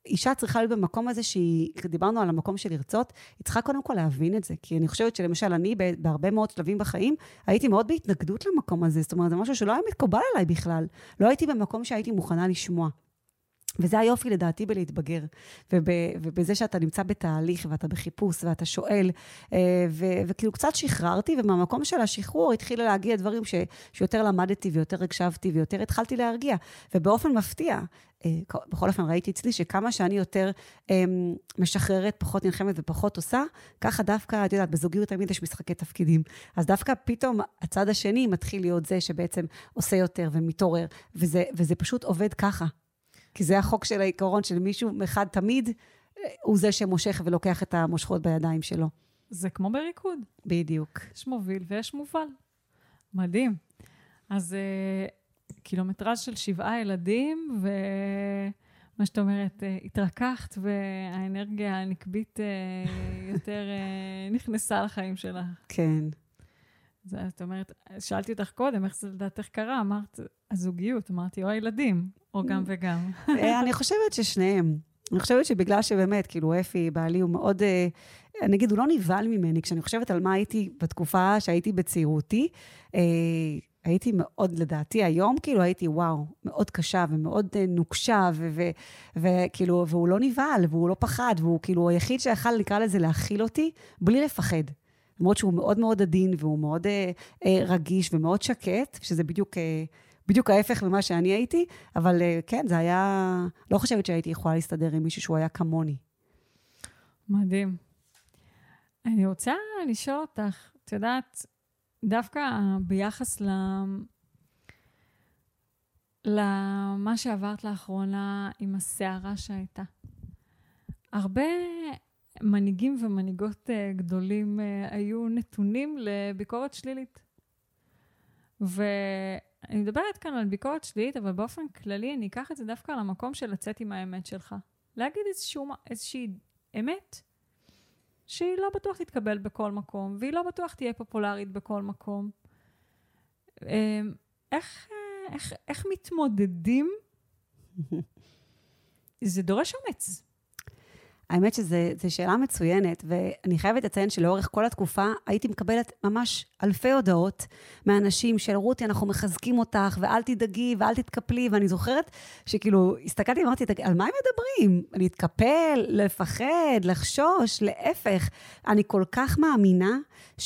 אישה צריכה להיות במקום הזה שהיא, דיברנו על המקום של לרצות, היא צריכה קודם כל להבין את זה, כי אני חושבת שלמשל אני בהרבה מאוד שלבים בחיים, הייתי מאוד בהתנגדות למקום הזה, זאת אומרת, זה משהו שלא היה מתקבל עליי בכלל, לא הייתי במקום שהייתי מוכנה לשמוע. וזה היופי לדעתי בלהתבגר, ובזה שאתה נמצא בתהליך, ואתה בחיפוש, ואתה שואל, וכאילו קצת שחררתי, ומהמקום של השחרור התחילה להגיע דברים שיותר למדתי, ויותר הקשבתי, ויותר התחלתי להרגיע, ובאופן מפתיע, בכל אופן ראיתי אצלי, שכמה שאני יותר משחררת, פחות נלחמת ופחות עושה, ככה דווקא, את יודעת, בזוגיות תמיד יש משחקי תפקידים, אז דווקא פתאום הצד השני מתחיל להיות זה שבעצם עושה יותר ומתעורר, וזה פשוט עובד ככה. כי זה החוק של העיקרון של מישהו אחד תמיד, הוא זה שמושך ולוקח את המושכות בידיים שלו. זה כמו בריקוד. בדיוק. יש מוביל ויש מובל. מדהים. אז קילומטרז' של 7 ילדים, ומה שאת אומרת, התרככת, והאנרגיה הנקבית יותר נכנסה לחיים שלך. כן. זאת אומרת, שאלתי אותך קודם, איך זה לדעתך קרה? אמרת, הזוגיות, אמרתי, או הילדים, או גם וגם. אני חושבת ששניהם. אני חושבת שבגלל שבאמת, כאילו, אפי, בעלי, הוא מאוד, אני אגיד, הוא לא נבהל ממני, כשאני חושבת על מה הייתי בתקופה שהייתי בצעירותי, הייתי מאוד, לדעתי, היום, כאילו, הייתי, וואו, מאוד קשה ומאוד נוקשה, וכאילו, והוא לא נבהל, והוא לא פחד, והוא כאילו היחיד שיכל לקרוא לזה להכיל אותי, בלי לפחד. למרות שהוא מאוד מאוד עדין, והוא מאוד רגיש ומאוד שקט, שזה בדיוק ההפך ממה שאני הייתי, אבל כן, זה היה, לא חושבת שהייתי יכולה להסתדר עם מישהו שהוא היה כמוני. מדהים. אני רוצה לשאול אותך, את יודעת, דווקא ביחס למה שעברת לאחרונה עם הסערה שהייתה. הרבה מנהיגים ומנהיגות גדולים היו נתונים לביקורת שלילית. ואני מדברת כאן על ביקורת שלילית, אבל באופן כללי אני אקח את זה דווקא על המקום של לצאת עם האמת שלך. להגיד איזושהי אמת, שהיא לא בטוח תתקבל בכל מקום, והיא לא בטוח תהיה פופולרית בכל מקום. איך מתמודדים? זה דורש אומץ. האמת שזו שאלה מצוינת, ואני חייבת לציין שלאורך כל התקופה, הייתי מקבלת ממש אלפי הודעות מאנשים של רותי, אנחנו מחזקים אותך, ואל תדאגי, ואל תתקפלי, ואני זוכרת שכאילו, הסתכלתי ואמרתי, על מה הם מדברים? להתקפל, לפחד, לחשוש, להפך. אני כל כך מאמינה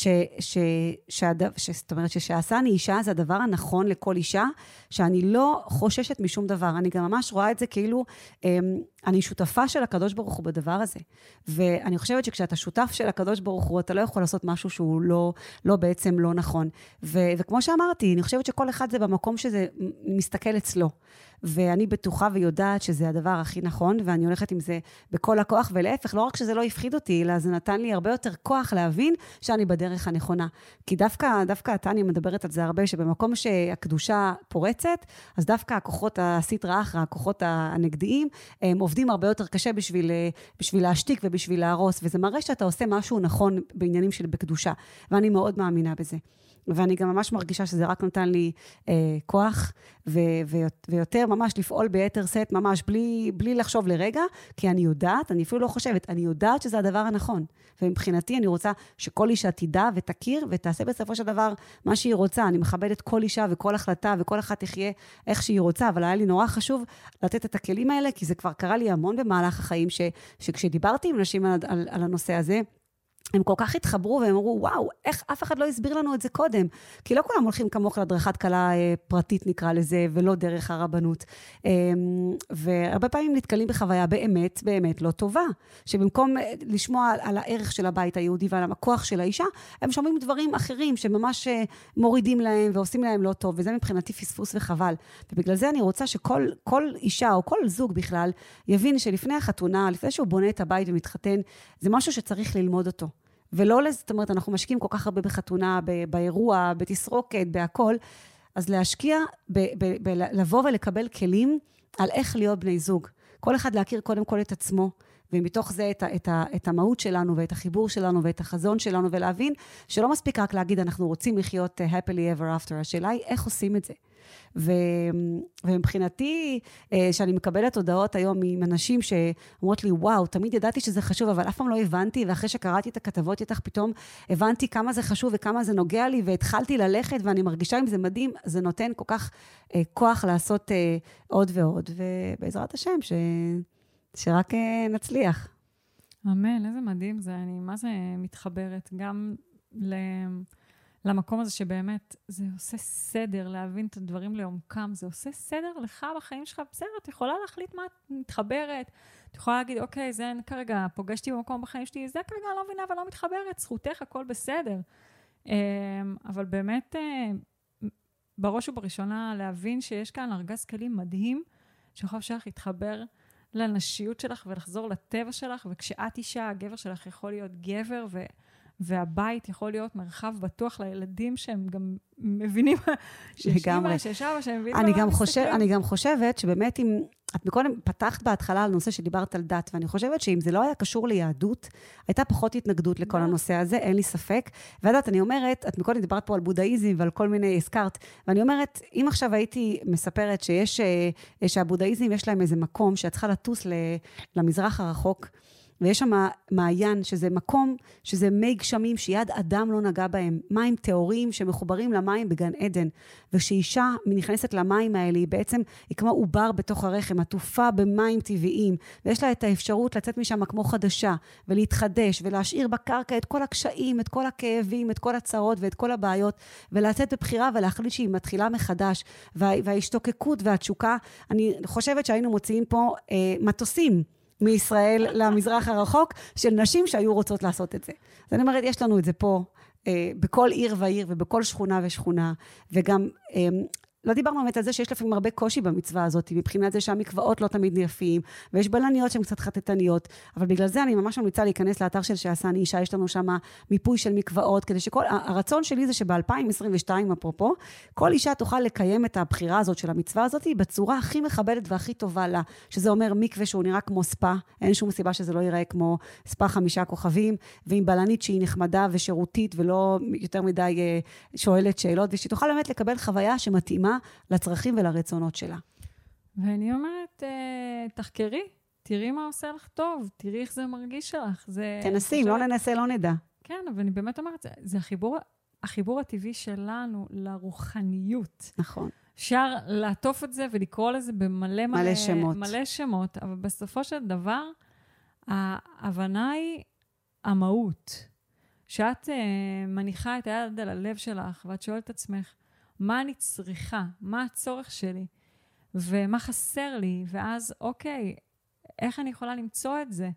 זאת אומרת, ששעשה אני אישה, זה הדבר הנכון לכל אישה, שאני לא חוששת משום דבר. אני גם ממש רואה את זה כאילו, אני שותפה של הקדוש ברוך הוא בדבר הזה. ואני חושבת שכשאתה שותף של הקדוש ברוך הוא, אתה לא יכול לעשות משהו שהוא לא בעצם לא נכון. וכמו שאמרתי, אני חושבת שכל אחד זה במקום שזה מסתכל אצלו. ואני בטוחה ויודעת שזה הדבר הכי נכון, ואני הולכת עם זה בכל הכוח, ולהפך, לא רק שזה לא הפחיד אותי, אלא זה נתן לי הרבה יותר כוח להבין שאני בדרך הנכונה. כי דווקא תניה מדברת על זה הרבה, שבמקום שהקדושה פורצת, אז דווקא הכוחות הסטרא אחרא, הכוחות הנגדיים, הם עובדים הרבה יותר קשה בשביל להשתיק ובשביל להרוס, וזה מראה שאתה עושה משהו נכון בעניינים של בקדושה, ואני מאוד מאמינה בזה. ואני גם ממש מרגישה שזה רק נותן לי כוח, ויותר ממש לפעול ביתר סט, ממש בלי לחשוב לרגע, כי אני יודעת, אני אפילו לא חושבת, אני יודעת שזה הדבר הנכון. ומבחינתי אני רוצה שכל אישה תדע ותכיר, ותעשה בסופו של דבר מה שהיא רוצה. אני מכבדת כל אישה וכל החלטה, וכל אחת תחיה איך שהיא רוצה, אבל היה לי נורא חשוב לתת את הכלים האלה, כי זה כבר קרה לי המון במהלך החיים, שכשדיברתי עם נשים על הנושא הזה, הם כל כך התחברו והם אמרו, וואו, איך אף אחד לא הסביר לנו את זה קודם? כי לא כולם הולכים כמוך לדרכת קלה פרטית נקרא לזה, ולא דרך הרבנות. והרבה פעמים נתקלים בחוויה באמת לא טובה, שבמקום לשמוע על הערך של הבית היהודי ועל הכוח של האישה, הם שומעים דברים אחרים שממש מורידים להם ועושים להם לא טוב, וזה מבחינתי פספוס וחבל. ובגלל זה אני רוצה שכל אישה או כל זוג בכלל יבין שלפני החתונה, לפני שהוא בונה את הבית ומתחתן, זה משהו שצריך ללמוד אותו. ולא, זאת אומרת, אנחנו משקיעים כל כך הרבה בחתונה, באירוע, בתסרוקת, בהכל, אז להשקיע, לבוא ולקבל כלים על איך להיות בני זוג. כל אחד להכיר קודם כל את עצמו, ומתוך זה את המהות שלנו, ואת החיבור שלנו, ואת החזון שלנו, ולהבין שלא מספיק רק להגיד, אנחנו רוצים לחיות happily ever after. השאלה היא איך עושים את זה. ומבחינתי, שאני מקבלת הודעות היום עם אנשים שאומרות לי, וואו, תמיד ידעתי שזה חשוב, אבל אף פעם לא הבנתי, ואחרי שקראתי את הכתבות איתך, פתאום הבנתי כמה זה חשוב וכמה זה נוגע לי, והתחלתי ללכת, ואני מרגישה אם זה מדהים, זה נותן כל כך כוח לעשות עוד ועוד, ובעזרת השם, שרק נצליח. אמן, איזה מדהים זה, אני מה זה מתחברת, גם למקום הזה שבאמת זה עושה סדר, להבין את הדברים לעומקם, זה עושה סדר לך בחיים שלך, בסדר, את יכולה להחליט מה את מתחברת, את יכולה להגיד, אוקיי, זה כרגע פוגשתי במקום בחיים שלי, זה כרגע לא מבינה ולא מתחברת, זכותך, הכל בסדר. אבל באמת, בראש ובראשונה, להבין שיש כאן ארגז כלים מדהים, שיכול שלך להתחבר לנשיות שלך ולחזור לטבע שלך, וכשאת אישה, הגבר שלך יכול להיות גבר, והבית יכול להיות מרחב בטוח לילדים שהם גם מבינים שיש אמא, שיש אבא, שהם מבינים אני גם חושבת שבאמת אם את מקודם פתחת בהתחלה על נושא שדיברת על דת, ואני חושבת שאם זה לא היה קשור ליהדות, הייתה פחות התנגדות לכל הנושא הזה, אין לי ספק. ועדת, אני אומרת, את מקודם דיברת פה על בודהיזם ועל כל מיני הזכרת, ואני אומרת, אם עכשיו הייתי מספרת שהבודהיזם יש להם איזה מקום שאת צריכה לטוס למזרח הרחוק, ויש שם מעיין, שזה מקום, שזה מי גשמים שיד אדם לא נגע בהם, מים טהורים שמחוברים למים בגן עדן, וכשאישה נכנסת למים האלה, היא בעצם, היא כמו עובר בתוך הרחם, עטופה במים טבעיים, ויש לה את האפשרות לצאת משם כמו חדשה, ולהתחדש, ולהשאיר בקרקע את כל הקשיים, את כל הכאבים, את כל הצרות ואת כל הבעיות, ולצאת בבחירה ולהחליט שהיא מתחילה מחדש, וההשתוקקות והתשוקה, אני חושבת שהיינו מוציאים פה מטוסים, מישראל למזרח הרחוק, של נשים שהיו רוצות לעשות את זה. אז אני אומרת, יש לנו את זה פה, בכל עיר ועיר, ובכל שכונה ושכונה, וגם, לא דיברנו באמת על זה שיש לפעמים הרבה קושי במצווה הזאת, מבחינת זה שהמקוואות לא תמיד יפים, ויש בלניות שהן קצת חטטניות, אבל בגלל זה אני ממש ממליצה להיכנס לאתר של שעשני אישה, יש לנו שם מיפוי של מקוואות, כדי שכל, הרצון שלי זה שב-2022, אפרופו, כל אישה תוכל לקיים את הבחירה הזאת של המצווה הזאת, בצורה הכי מכבדת והכי טובה לה, שזה אומר מקווה שהוא נראה כמו ספה, אין שום סיבה שזה לא ייראה כמו ספה 5 כוכבים, ועם בלנית שהיא נחמדה ושירותית, ולא יותר מדי שואלת שאלות, ושהיא תוכל באמת לקבל חוויה שמתאימה לצרכים ולרצונות שלה. ואני אומרת, תחקרי, תראי מה עושה לך טוב, תראי איך זה מרגיש שלך. תנסים, לא ננסה, לא נדע. כן, אבל אני באמת אומרת, זה החיבור הטבעי שלנו לרוחניות. נכון. אפשר לעטוף את זה ולקרוא לזה במלא שמות. מלא שמות, אבל בסופו של דבר, ההבנה היא המהות. שאת מניחה את היד על הלב שלך, ואת שואלת את עצמך, מה אני צריכה? מה הצורך שלי? ומה חסר לי? ואז, אוקיי, איך אני יכולה למצוא את זה?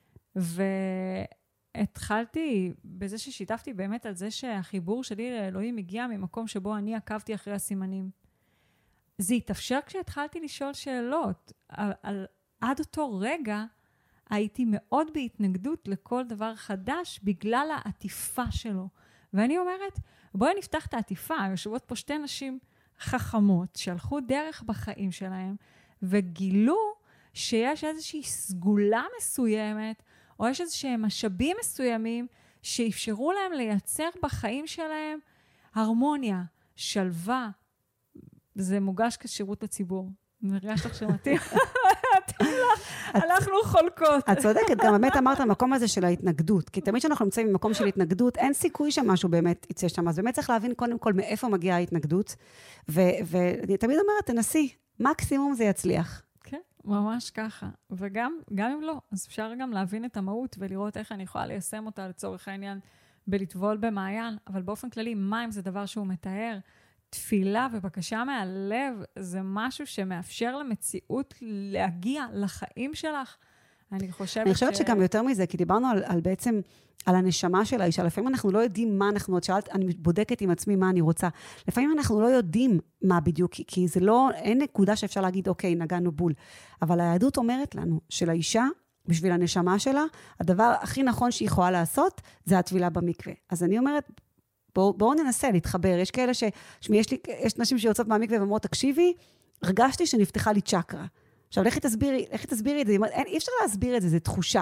והתחלתי בזה ששיתפתי באמת על זה שהחיבור שלי לאלוהים הגיע ממקום שבו אני עקבתי אחרי הסימנים. זה התאפשר כשהתחלתי לשאול שאלות. עד אותו רגע הייתי מאוד בהתנגדות לכל דבר חדש בגלל העטיפה שלו. ואני אומרת, בואי נפתח את העטיפה, יושבות פה 2 נשים חכמות, שהלכו דרך בחיים שלהם, וגילו שיש איזושהי סגולה מסוימת, או יש איזושהי משאבים מסוימים, שאפשרו להם לייצר בחיים שלהם הרמוניה, שלווה, זה מוגש כשירות לציבור. מרגש לך שמתאים. אנחנו חולקות. את צודקת, גם באמת אמרת המקום הזה של ההתנגדות, כי תמיד שאנחנו נמצאים במקום של התנגדות, אין סיכוי שמשהו באמת יצא שם, אז באמת צריך להבין קודם כל מאיפה מגיעה ההתנגדות, ואני תמיד אומרת, תנסי, מקסימום זה יצליח. כן, ממש ככה. וגם אם לא, אז אפשר גם להבין את המהות, ולראות איך אני יכולה ליישם אותה לצורך העניין, בלטבול במעיין, אבל באופן כללי, מים זה דבר שהוא מתאר, תפילה ובקשה מהלב, זה משהו שמאפשר למציאות להגיע לחיים שלך. אני חושבת שגם יותר מזה, כי דיברנו על בעצם, על הנשמה של האישה. לפעמים אנחנו לא יודעים מה אנחנו, את שאלת, אני בודקת עם עצמי מה אני רוצה. לפעמים אנחנו לא יודעים מה בדיוק, כי זה לא, אין נקודה שאפשר להגיד, אוקיי, נגענו בול. אבל היהדות אומרת לנו, של האישה, בשביל הנשמה שלה, הדבר הכי נכון שהיא יכולה לעשות, זה הטבילה במקווה. אז אני אומרת, בואו ננסה להתחבר. יש כאלה יש נשים שיוצאות מהמקווה ואומרות, תקשיבי, הרגשתי שנפתחה לי צ'קרה. עכשיו, לכי תסבירי את זה. אי אפשר להסביר את זה, זה תחושה.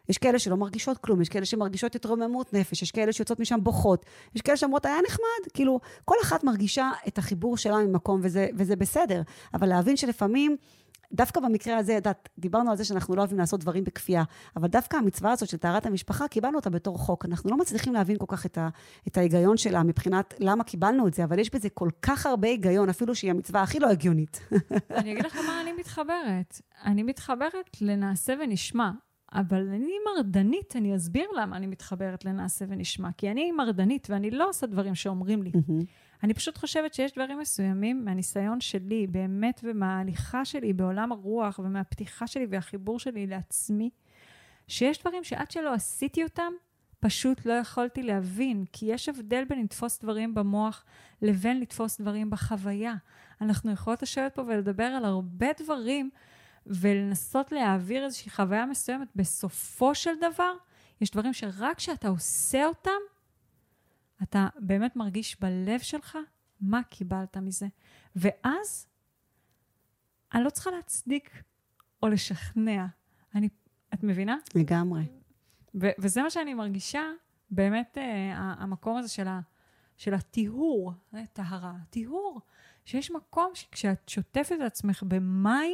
יש כאלה שלא מרגישות כלום, יש כאלה שמרגישות התרוממות נפש, יש כאלה שיוצאות משם בוכות, יש כאלה שאומרות, היה נחמד, כאילו, כל אחת מרגישה את החיבור שלה ממקום, וזה בסדר. אבל להבין שלפעמים, דווקא במקרה הזה, דיברנו על זה שאנחנו לא אוהבים לעשות דברים בכפייה, אבל דווקא המצווה הזאת של טהרת המשפחה, קיבלנו אותה בתור חוק. אנחנו לא מצליחים להבין כל כך את ההיגיון שלה, מבחינת למה קיבלנו את זה, אבל יש בזה כל כך הרבה היגיון, אפילו שהיא המצווה הכי לא הגיונית. אני אגיד לך מה אני מתחברת. אני מתחברת לנעשה ונשמע, אבל אני מרדנית, אני אסביר למה אני מתחברת לנעשה ונשמע, כי אני מרדנית ואני לא עושה דברים שאומרים לי. אני פשוט חושבת שיש דברים מסוימים מהניסיון שלי, באמת ומההליכה שלי בעולם הרוח, ומהפתיחה שלי והחיבור שלי לעצמי, שיש דברים שעד שלא עשיתי אותם, פשוט לא יכולתי להבין, כי יש הבדל בין לתפוס דברים במוח, לבין לתפוס דברים בחוויה. אנחנו יכולות לשבת פה ולדבר על הרבה דברים, ולנסות להעביר איזושהי חוויה מסוימת. בסופו של דבר, יש דברים שרק כשאתה עושה אותם, אתה באמת מרגיש בלב שלך מה קיבלת מזה. ואז, אני לא צריכה להצדיק או לשכנע. את מבינה? לגמרי. וזה מה שאני מרגישה, באמת המקום הזה של הטיהור, טהרה, טיהור, שיש מקום שכשאת שוטפת את עצמך במים,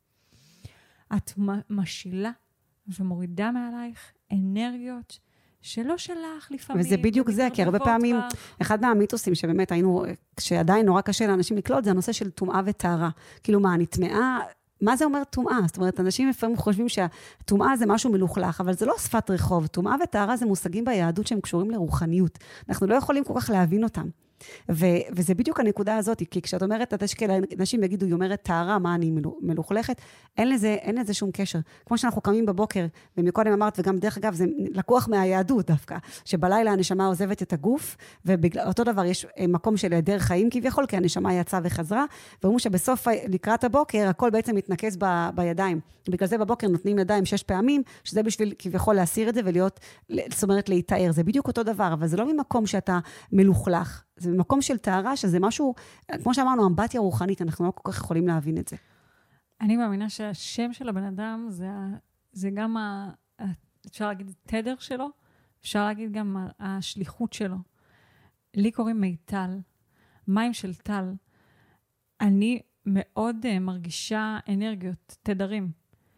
את משילה ומורידה מעלייך אנרגיות שלא שלך לפעמים. וזה בדיוק זה, כי הרבה פעמים, אחד מהמיתוסים שבאמת היינו, שעדיין נורא קשה לאנשים לקלוט, זה הנושא של טומאה וטהרה. כאילו מה, אני טמאה, מה זה אומר טומאה? זאת אומרת, אנשים לפעמים חושבים שהטומאה זה משהו מלוכלך, אבל זה לא שפת רחוב. טומאה וטהרה זה מושגים ביהדות שהם קשורים לרוחניות. אנחנו לא יכולים כל כך להבין אותם. וזה בדיוק הנקודה הזאת, כי כשאת אומרת, אנשים יגידו, היא אומרת טהרה, מה אני מלוכלכת, אין לזה שום קשר. כמו שאנחנו קמים בבוקר, ומקודם אמרת, וגם דרך אגב, זה לקוח מהיהדות דווקא, שבלילה הנשמה עוזבת את הגוף, ואותו דבר יש מקום של היעדר חיים כביכול, כי הנשמה יצאה וחזרה, ואומרים שבסוף לקראת הבוקר, הכל בעצם מתנקז בידיים. בגלל זה בבוקר נותנים ידיים 6 פעמים, שזה בשביל כביכול להסיר את זה, ולהיות, זאת אומרת, להתאר. זה בדיוק אותו דבר, אבל זה לא ממקום שאתה מלוכלך. זה במקום של טהרה, שזה משהו, כמו שאמרנו, אמבטיה רוחנית, אנחנו לא כל כך יכולים להבין את זה. אני מאמינה שהשם של הבן אדם, זה גם, אפשר להגיד, תדר שלו, אפשר להגיד גם השליחות שלו. לי קוראים מיטל, מים של טל. אני מאוד מרגישה אנרגיות, תדרים.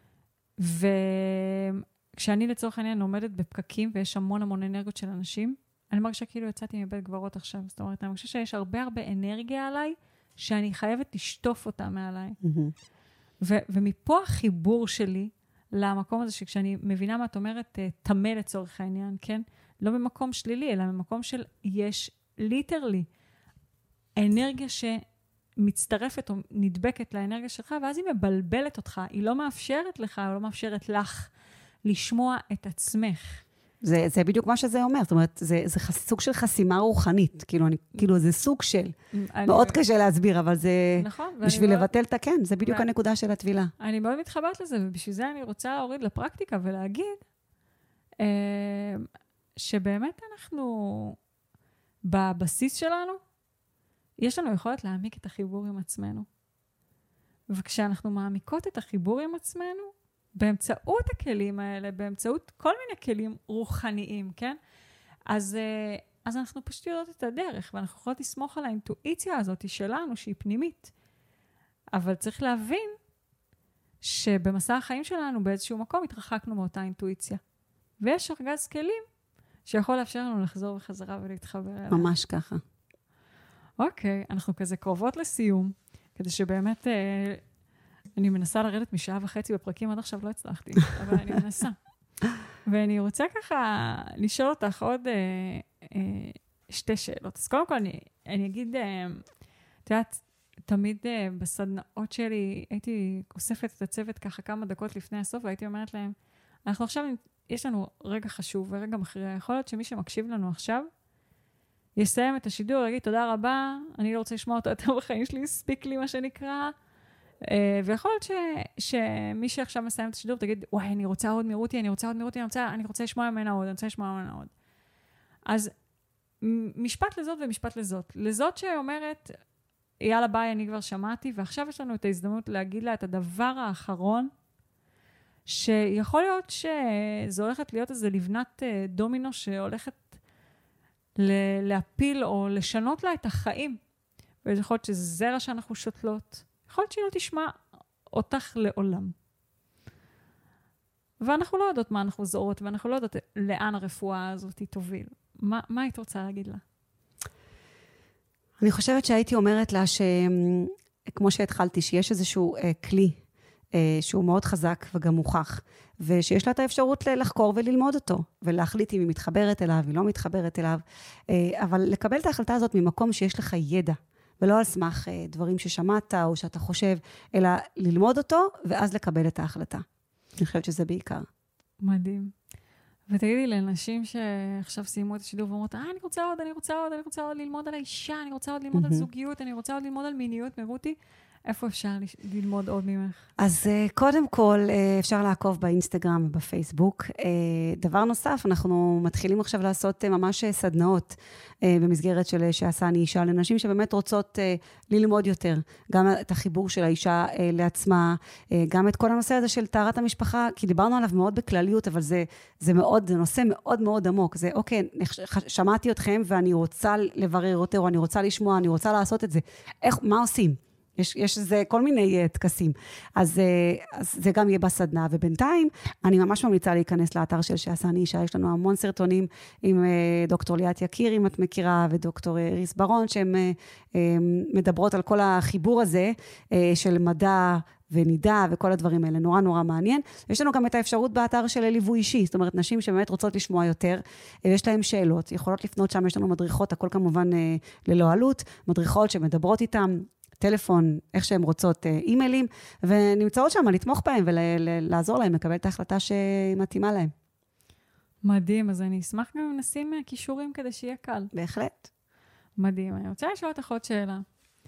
וכשאני לצורך העניין עומדת בפקקים, ויש המון אנרגיות של אנשים, אני מרגישה כאילו יצאתי מבית גברות עכשיו. זאת אומרת, אני מרגישה שיש הרבה אנרגיה עליי, שאני חייבת לשטוף אותה מעליי. ומפה החיבור שלי למקום הזה, שכשאני מבינה מה את אומרת, תמה לצורך העניין, כן? לא במקום שלילי, אלא במקום של יש ליטרלי אנרגיה שמצטרפת או נדבקת לאנרגיה שלך, ואז היא מבלבלת אותך. היא לא מאפשרת לך, או לא מאפשרת לך לשמוע את עצמך. זה בדיוק מה שזה אומר, זאת אומרת, זה סוג של חסימה רוחנית, כאילו זה סוג של, מאוד קשה להסביר, אבל זה, בשביל לבטל את הכן, זה בדיוק הנקודה של הטבילה. אני מאוד מתחברת לזה, ובשביל זה אני רוצה להוריד לפרקטיקה ולהגיד, שבאמת אנחנו, בבסיס שלנו, יש לנו יכולת להעמיק את החיבור עם עצמנו. וכשאנחנו מעמיקות את החיבור עם עצמנו, באמצעות הכלים האלה, באמצעות כל מיני כלים רוחניים, כן? אז אנחנו פשוט יודעות את הדרך, ואנחנו יכולות לסמוך על האינטואיציה הזאת שלנו, שהיא פנימית. אבל צריך להבין שבמסע החיים שלנו באיזשהו מקום התרחקנו מאותה אינטואיציה. ויש ארגז כלים שיכול לאפשר לנו לחזור בחזרה ולהתחבר אליה. ממש ככה. אוקיי, אנחנו כזה קרובות לסיום, כדי שבאמת אני מנסה לרדת 1.5 שעה בפרקים, עד עכשיו לא הצלחתי, אבל אני מנסה. ואני רוצה ככה לשאול אותך עוד 2 שאלות. אז קודם כל אני אגיד, את יודעת, תמיד בסדנאות שלי הייתי אוספת את הצוות ככה כמה דקות לפני הסוף, והייתי אומרת להם, אנחנו עכשיו, יש לנו רגע חשוב ורגע מכריע. יכול להיות שמי שמקשיב לנו עכשיו, יסיים את השידור, יגיד תודה רבה, אני לא רוצה לשמוע אותו יותר בחיים שלי, ספיק לי מה שנקרא, ויכול להיות שמי שעכשיו מסיים את השידור, תגיד, וואי, אני רוצה עוד מרותי, אני רוצה לשמוע ממנה עוד, אז משפט לזאת ומשפט לזאת. לזאת שאומרת, יאללה ביי, אני כבר שמעתי, ועכשיו יש לנו את ההזדמנות להגיד לה את הדבר האחרון, שיכול להיות שזו הולכת להיות איזו לבנת דומינו שהולכת להפיל או לשנות לה את החיים. ויכול להיות שזה זרע שאנחנו שותלות. יכול להיות שהיא לא תשמע אותך לעולם. ואנחנו לא יודעות מה אנחנו זורות, ואנחנו לא יודעות לאן הרפואה הזאת תוביל. מה היית רוצה להגיד לה? אני חושבת שהייתי אומרת לה כמו שהתחלתי, שיש איזשהו כלי שהוא מאוד חזק וגם מוכח, ושיש לה את האפשרות לחקור וללמוד אותו, ולהחליט אם היא מתחברת אליו, היא לא מתחברת אליו, אבל לקבל את ההחלטה הזאת ממקום שיש לך ידע, ולא על סמך דברים ששמעת או שאתה חושב, אלא ללמוד אותו, ואז לקבל את ההחלטה. אני חושבת שזה בעיקר. מדהים. ותגידי לנשים שעכשיו סיימו את השידור ואומרות, אני רוצה עוד ללמוד על האישה, אני רוצה עוד ללמוד על זוגיות, אני רוצה עוד ללמוד על מיניות, מרותי, איפה אפשר ללמוד עוד ממך? אז קודם כל, אפשר לעקוב באינסטגרם ובפייסבוק. דבר נוסף, אנחנו מתחילים עכשיו לעשות ממש סדנאות במסגרת של שעשה אני אישה, לנשים שבאמת רוצות ללמוד יותר, גם את החיבור של האישה לעצמה, גם את כל הנושא הזה של טהרת המשפחה, כי דיברנו עליו מאוד בכלליות, אבל זה נושא מאוד מאוד עמוק. זה, אוקיי, שמעתי אתכם ואני רוצה לברר יותר, או אני רוצה לשמוע, אני רוצה לעשות את זה. מה עושים? יש איזה כל מיני תקסים. אז זה גם יהיה בסדנה, ובינתיים אני ממש ממליצה להיכנס לאתר של שעשה אני אישה, יש לנו המון סרטונים עם דוקטור ליאת יקיר, אם את מכירה, ודוקטור איריס ברון, שהן מדברות על כל החיבור הזה של מדע ונידה וכל הדברים האלה, נורא נורא מעניין. יש לנו גם את האפשרות באתר של ליווי אישי, זאת אומרת, נשים שבאמת רוצות לשמוע יותר, יש להן שאלות, יכולות לפנות שם, יש לנו מדריכות, הכל כמובן ללא עלות, מדריכות שמדברות איתן, טלפון, איך שהן רוצות אימיילים, ונמצאות שם לתמוך בהם ולעזור להם, לקבל את ההחלטה שמתאימה להם. מדהים, אז אני אשמח גם נשים קישורים כדי שיהיה קל. בהחלט. מדהים, אני רוצה לשאול אותך עוד שאלה,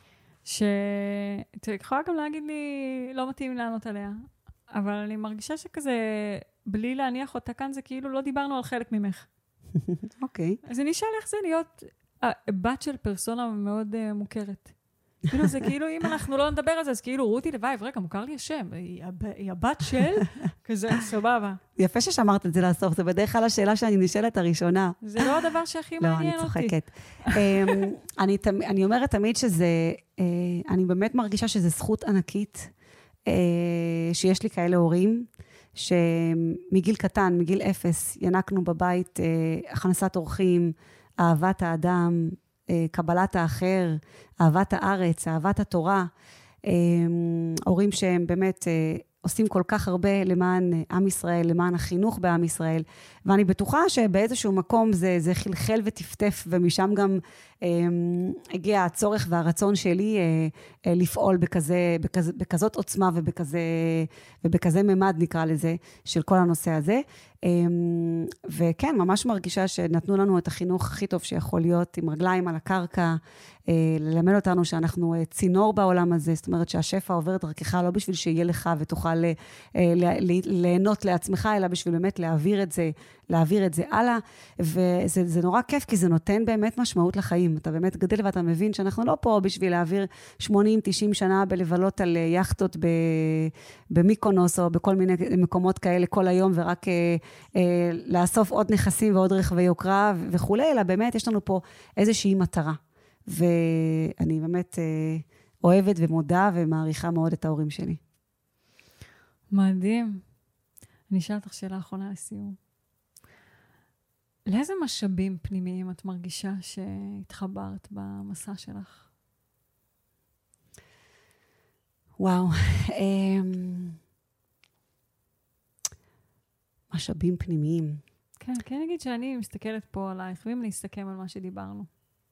יכולה גם להגיד לי, לא מתאים לענות עליה, אבל אני מרגישה שכזה, בלי להניח אותה כאן, זה כאילו לא דיברנו על חלק ממך. אוקיי. אז אני אשאל איך זה להיות בת של פרסונה מאוד מוכרת. כאילו זה כאילו, אם אנחנו לא נדבר על זה, אז כאילו רותי לוייב, רגע, מוכר לי השם, היא הבת של, כזה, סבבה. יפה ששמרת את זה לסוף, זה בדרך כלל השאלה שאני נשאלת הראשונה. זה לא הדבר שהכי מעניין אותי. לא, אני צוחקת. אני אומרת תמיד שזה, אני באמת מרגישה שזה זכות ענקית, שיש לי כאלה הורים, שמגיל קטן, מגיל 0, ינקנו בבית, הכנסת אורחים, אהבת האדם, קבלת האחר, אהבת הארץ, אהבת התורה, הורים שהם באמת עושים כל כך הרבה למען עם ישראל, למען החינוך בעם ישראל, ואני בטוחה שבאיזשהו מקום זה חלחל וטפטף, ומשם גם הגיע הצורך והרצון שלי לפעול בכזאת עוצמה ובכזה ממד נקרא לזה, של כל הנושא הזה. וכן, ממש מרגישה שנתנו לנו את החינוך הכי טוב שיכול להיות, עם רגליים על הקרקע, ללמד אותנו שאנחנו צינור בעולם הזה, זאת אומרת שהשפע עובר דרכך, לא בשביל שיהיה לך ותוכל ליהנות לעצמך, אלא בשביל באמת להעביר את זה הלאה, וזה נורא כיף, כי זה נותן באמת משמעות לחיים, אתה באמת גדל ואתה מבין שאנחנו לא פה בשביל להעביר 80-90 שנה בלבלות על יחטות במיקונוס, או בכל מיני מקומות כאלה כל היום, ורק לאסוף עוד נכסים ועוד רכבי יוקרה וכו', אלא באמת יש לנו פה איזושהי מטרה. ואני באמת אוהבת ומודה ומעריכה מאוד את ההורים שלי. מדהים. אני אשאל אותך שאלה אחרונה לסיום. לאיזה משאבים פנימיים את מרגישה שהתחברת במסע שלך? וואו. משאבים פנימיים. כן, כן נגיד שאני מסתכלת פה עלייך, ואם נסתכם על מה שדיברנו.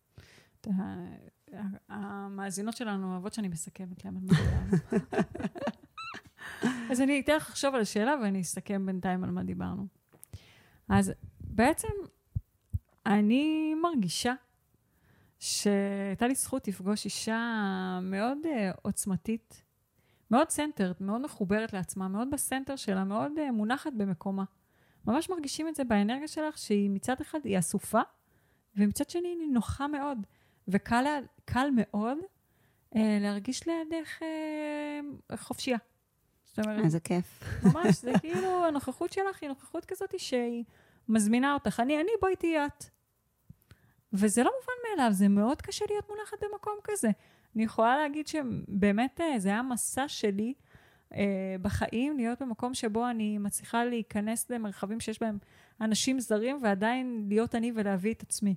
המאזינות שלנו אוהבות שאני מסכמת להם על מה דיברנו. אז אני אתן לך לחשוב על השאלה, ואני אסתכם בינתיים על מה דיברנו. אז בעצם אני מרגישה שהייתה לי זכות לפגוש אישה מאוד עוצמתית, מאוד סנטרת, מאוד מחוברת לעצמה, מאוד בסנטר שלה, מאוד מונחת במקומה. ממש מרגישים את זה באנרגיה שלך, שהיא מצד אחד היא אסופה, ומצד שני היא נוחה מאוד, וקל מאוד להרגיש לידך חופשייה. זאת זאת אומרת, איזה כיף. ממש, זה כאילו, הנוכחות שלך היא נוכחות כזאת שהיא מזמינה אותך. אני, בואי תהיה את. וזה לא מובן מאליו, זה מאוד קשה להיות מונחת במקום כזה. אני יכולה להגיד שבאמת זה היה מסע שלי בחיים, להיות במקום שבו אני מצליחה להיכנס למרחבים שיש בהם אנשים זרים, ועדיין להיות אני ולהביא את עצמי.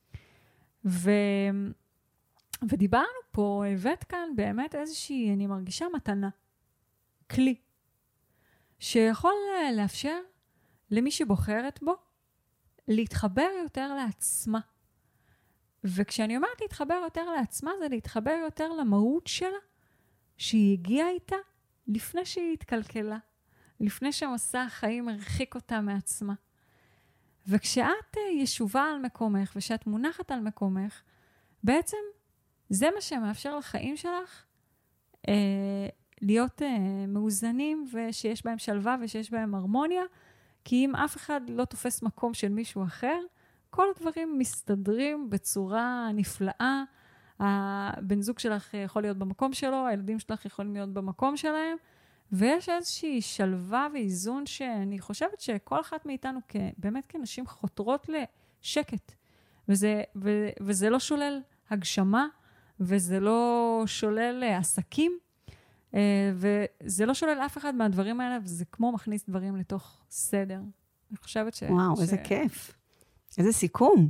ודיברנו פה, הבאת כאן באמת איזושהי, אני מרגישה מתנה, כלי, שיכול לאפשר למי שבוחרת בו, להתחבר יותר לעצמה. וכשאני אומרת להתחבר יותר לעצמה, זה להתחבר יותר למהות שלה, שהיא הגיעה איתה לפני שהיא התקלקלה, לפני שמסע החיים הרחיק אותה מעצמה. וכשאת ישובה על מקומך, ושאת מונחת על מקומך, בעצם זה מה שמאפשר לחיים שלך להיות מאוזנים, ושיש בהם שלווה ושיש בהם הרמוניה, כי אם אף אחד לא תופס מקום של מישהו אחר, כל הדברים מסתדרים בצורה נפלאה. הבן זוג שלך יכול להיות במקום שלו, הילדים שלך יכולים להיות במקום שלהם, ויש איזושהי שלווה ואיזון שאני חושבת שכל אחת מאיתנו באמת כנשים חותרות לשקט. וזה לא שולל הגשמה, וזה לא שולל עסקים, וזה לא שולל אף אחד מהדברים האלה, וזה כמו מכניס דברים לתוך סדר. אני חושבת וואו, איזה כיף. איזה סיכום.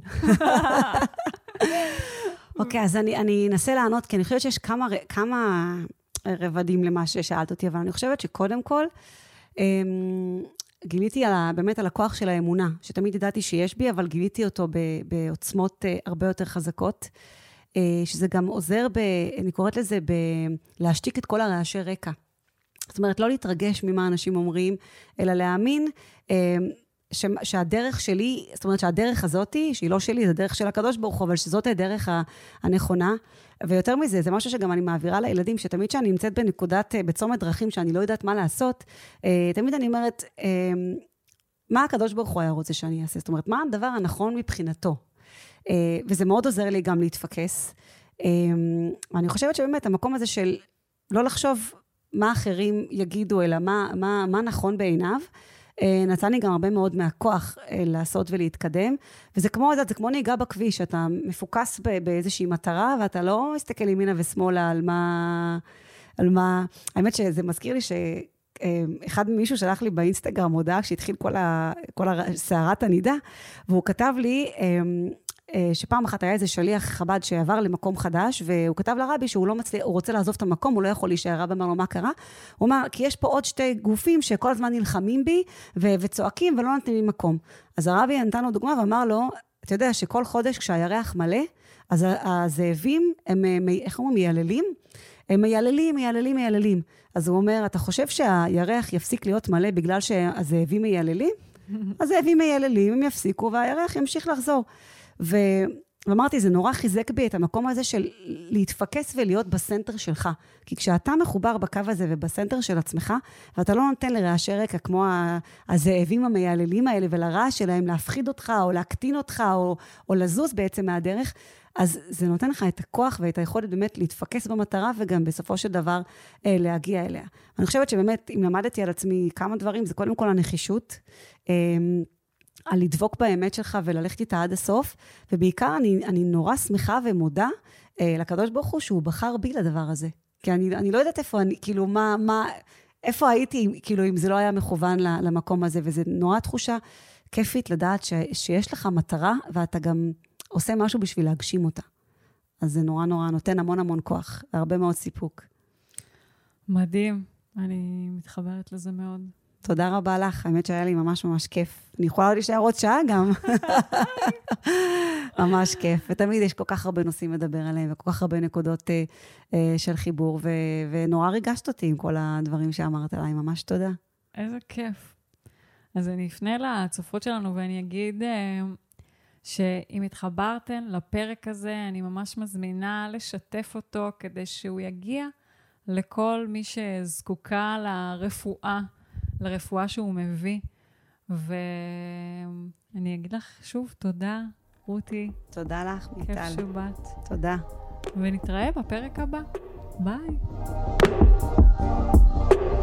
אוקיי, אז אני אנסה לענות, כי אני חושבת שיש כמה רבדים למה ששאלת אותי, אבל אני חושבת שקודם כל, גיליתי באמת על הכוח של האמונה, שתמיד ידעתי שיש בי, אבל גיליתי אותו בעוצמות הרבה יותר חזקות, שזה גם עוזר, אני קוראת לזה, להשתיק את כל הרעשי רקע. זאת אומרת, לא להתרגש ממה אנשים אומרים, אלא להאמין שהדרך שלי, זאת אומרת שהדרך הזאת, שהיא לא שלי, זה דרך של הקדוש ברוך הוא, אבל שזאת הדרך הנכונה, ויותר מזה, זה משהו שגם אני מעבירה לילדים, שתמיד שאני נמצאת בצומת דרכים, שאני לא יודעת מה לעשות, תמיד אני אומרת, מה הקדוש ברוך הוא היה רוצה שאני אעשה? זאת אומרת, מה הדבר הנכון מבחינתו? וזה מאוד עוזר לי גם להתפקס. ואני חושבת שבאמת, המקום הזה של לא לחשוב מה אחרים יגידו, אלא מה נכון בעיניו, נתן לי גם הרבה מאוד מהכוח לעשות ולהתקדם, וזה כמו נהיגה בכביש, אתה מפוקס באיזושהי מטרה, ואתה לא מסתכל ימינה ושמאלה על מה, האמת שזה מזכיר לי אחד מישהו שלח לי באינסטגרם הודעה, כשהתחיל כל סערת הנידה, והוא כתב לי, שפעם אחת היה איזה שליח חב"ד שעבר למקום חדש, והוא כתב לרבי שהוא לא מצליח, הוא רוצה לעזוב את המקום, הוא לא יכול להישאר. רבי אמר לו, מה קרה? הוא אמר, כי יש פה עוד שתי גופים שכל הזמן נלחמים בי, וצועקים ולא נותנים לי מקום. אז הרבי נתן לו דוגמה ואמר לו, אתה יודע שכל חודש כשהירח מלא, אז הזאבים, איך אומרים, מייללים? הם מייללים. אז הוא אומר, אתה חושב שהירח יפסיק להיות מלא בגלל שהזאבים מייללים? הזאבים מייללים, הם יפסיקו, והירח ימשיך לחזור. ואמרתי, זה נורא חיזק בי את המקום הזה של להתפקס ולהיות בסנטר שלך. כי כשאתה מחובר בקו הזה ובסנטר של עצמך, ואתה לא נותן לרעשי רקע כמו הזאבים המייללים האלה ולרעש שלהם להפחיד אותך או להקטין אותך או לזוז בעצם מהדרך, אז זה נותן לך את הכוח ואת היכולת באמת להתפקס במטרה וגם בסופו של דבר להגיע אליה. אני חושבת שבאמת, אם למדתי על עצמי כמה דברים, זה קודם כל הנחישות, על לדבוק באמת שלך וללכת איתה עד הסוף, ובעיקר אני נורא שמחה ומודה לקדוש ברוך הוא שהוא בחר בי לדבר הזה. כי אני לא יודעת איפה אני, כאילו איפה הייתי, כאילו אם זה לא היה מכוון למקום הזה, וזה נורא תחושה כיפית לדעת שיש לך מטרה, ואתה גם עושה משהו בשביל להגשים אותה. אז זה נורא נותן המון כוח, והרבה מאוד סיפוק. מדהים, אני מתחברת לזה מאוד. תודה רבה לך, האמת שהיה לי ממש כיף. אני יכולה להישאר עוד שעה גם. ממש כיף. ותמיד יש כל כך הרבה נושאים לדבר עליהם, וכל כך הרבה נקודות של חיבור, ונורא ריגשת אותי עם כל הדברים שאמרת עליי. ממש תודה. איזה כיף. אז אני אפנה לצופות שלנו, ואני אגיד שאם התחברתן לפרק הזה, אני ממש מזמינה לשתף אותו, כדי שהוא יגיע לכל מי שזקוקה לרפואה שהוא מביא. ואני אגיד לך שוב תודה, רותי. תודה לך, מיטל. כיף שבאת. תודה. ונתראה בפרק הבא. ביי.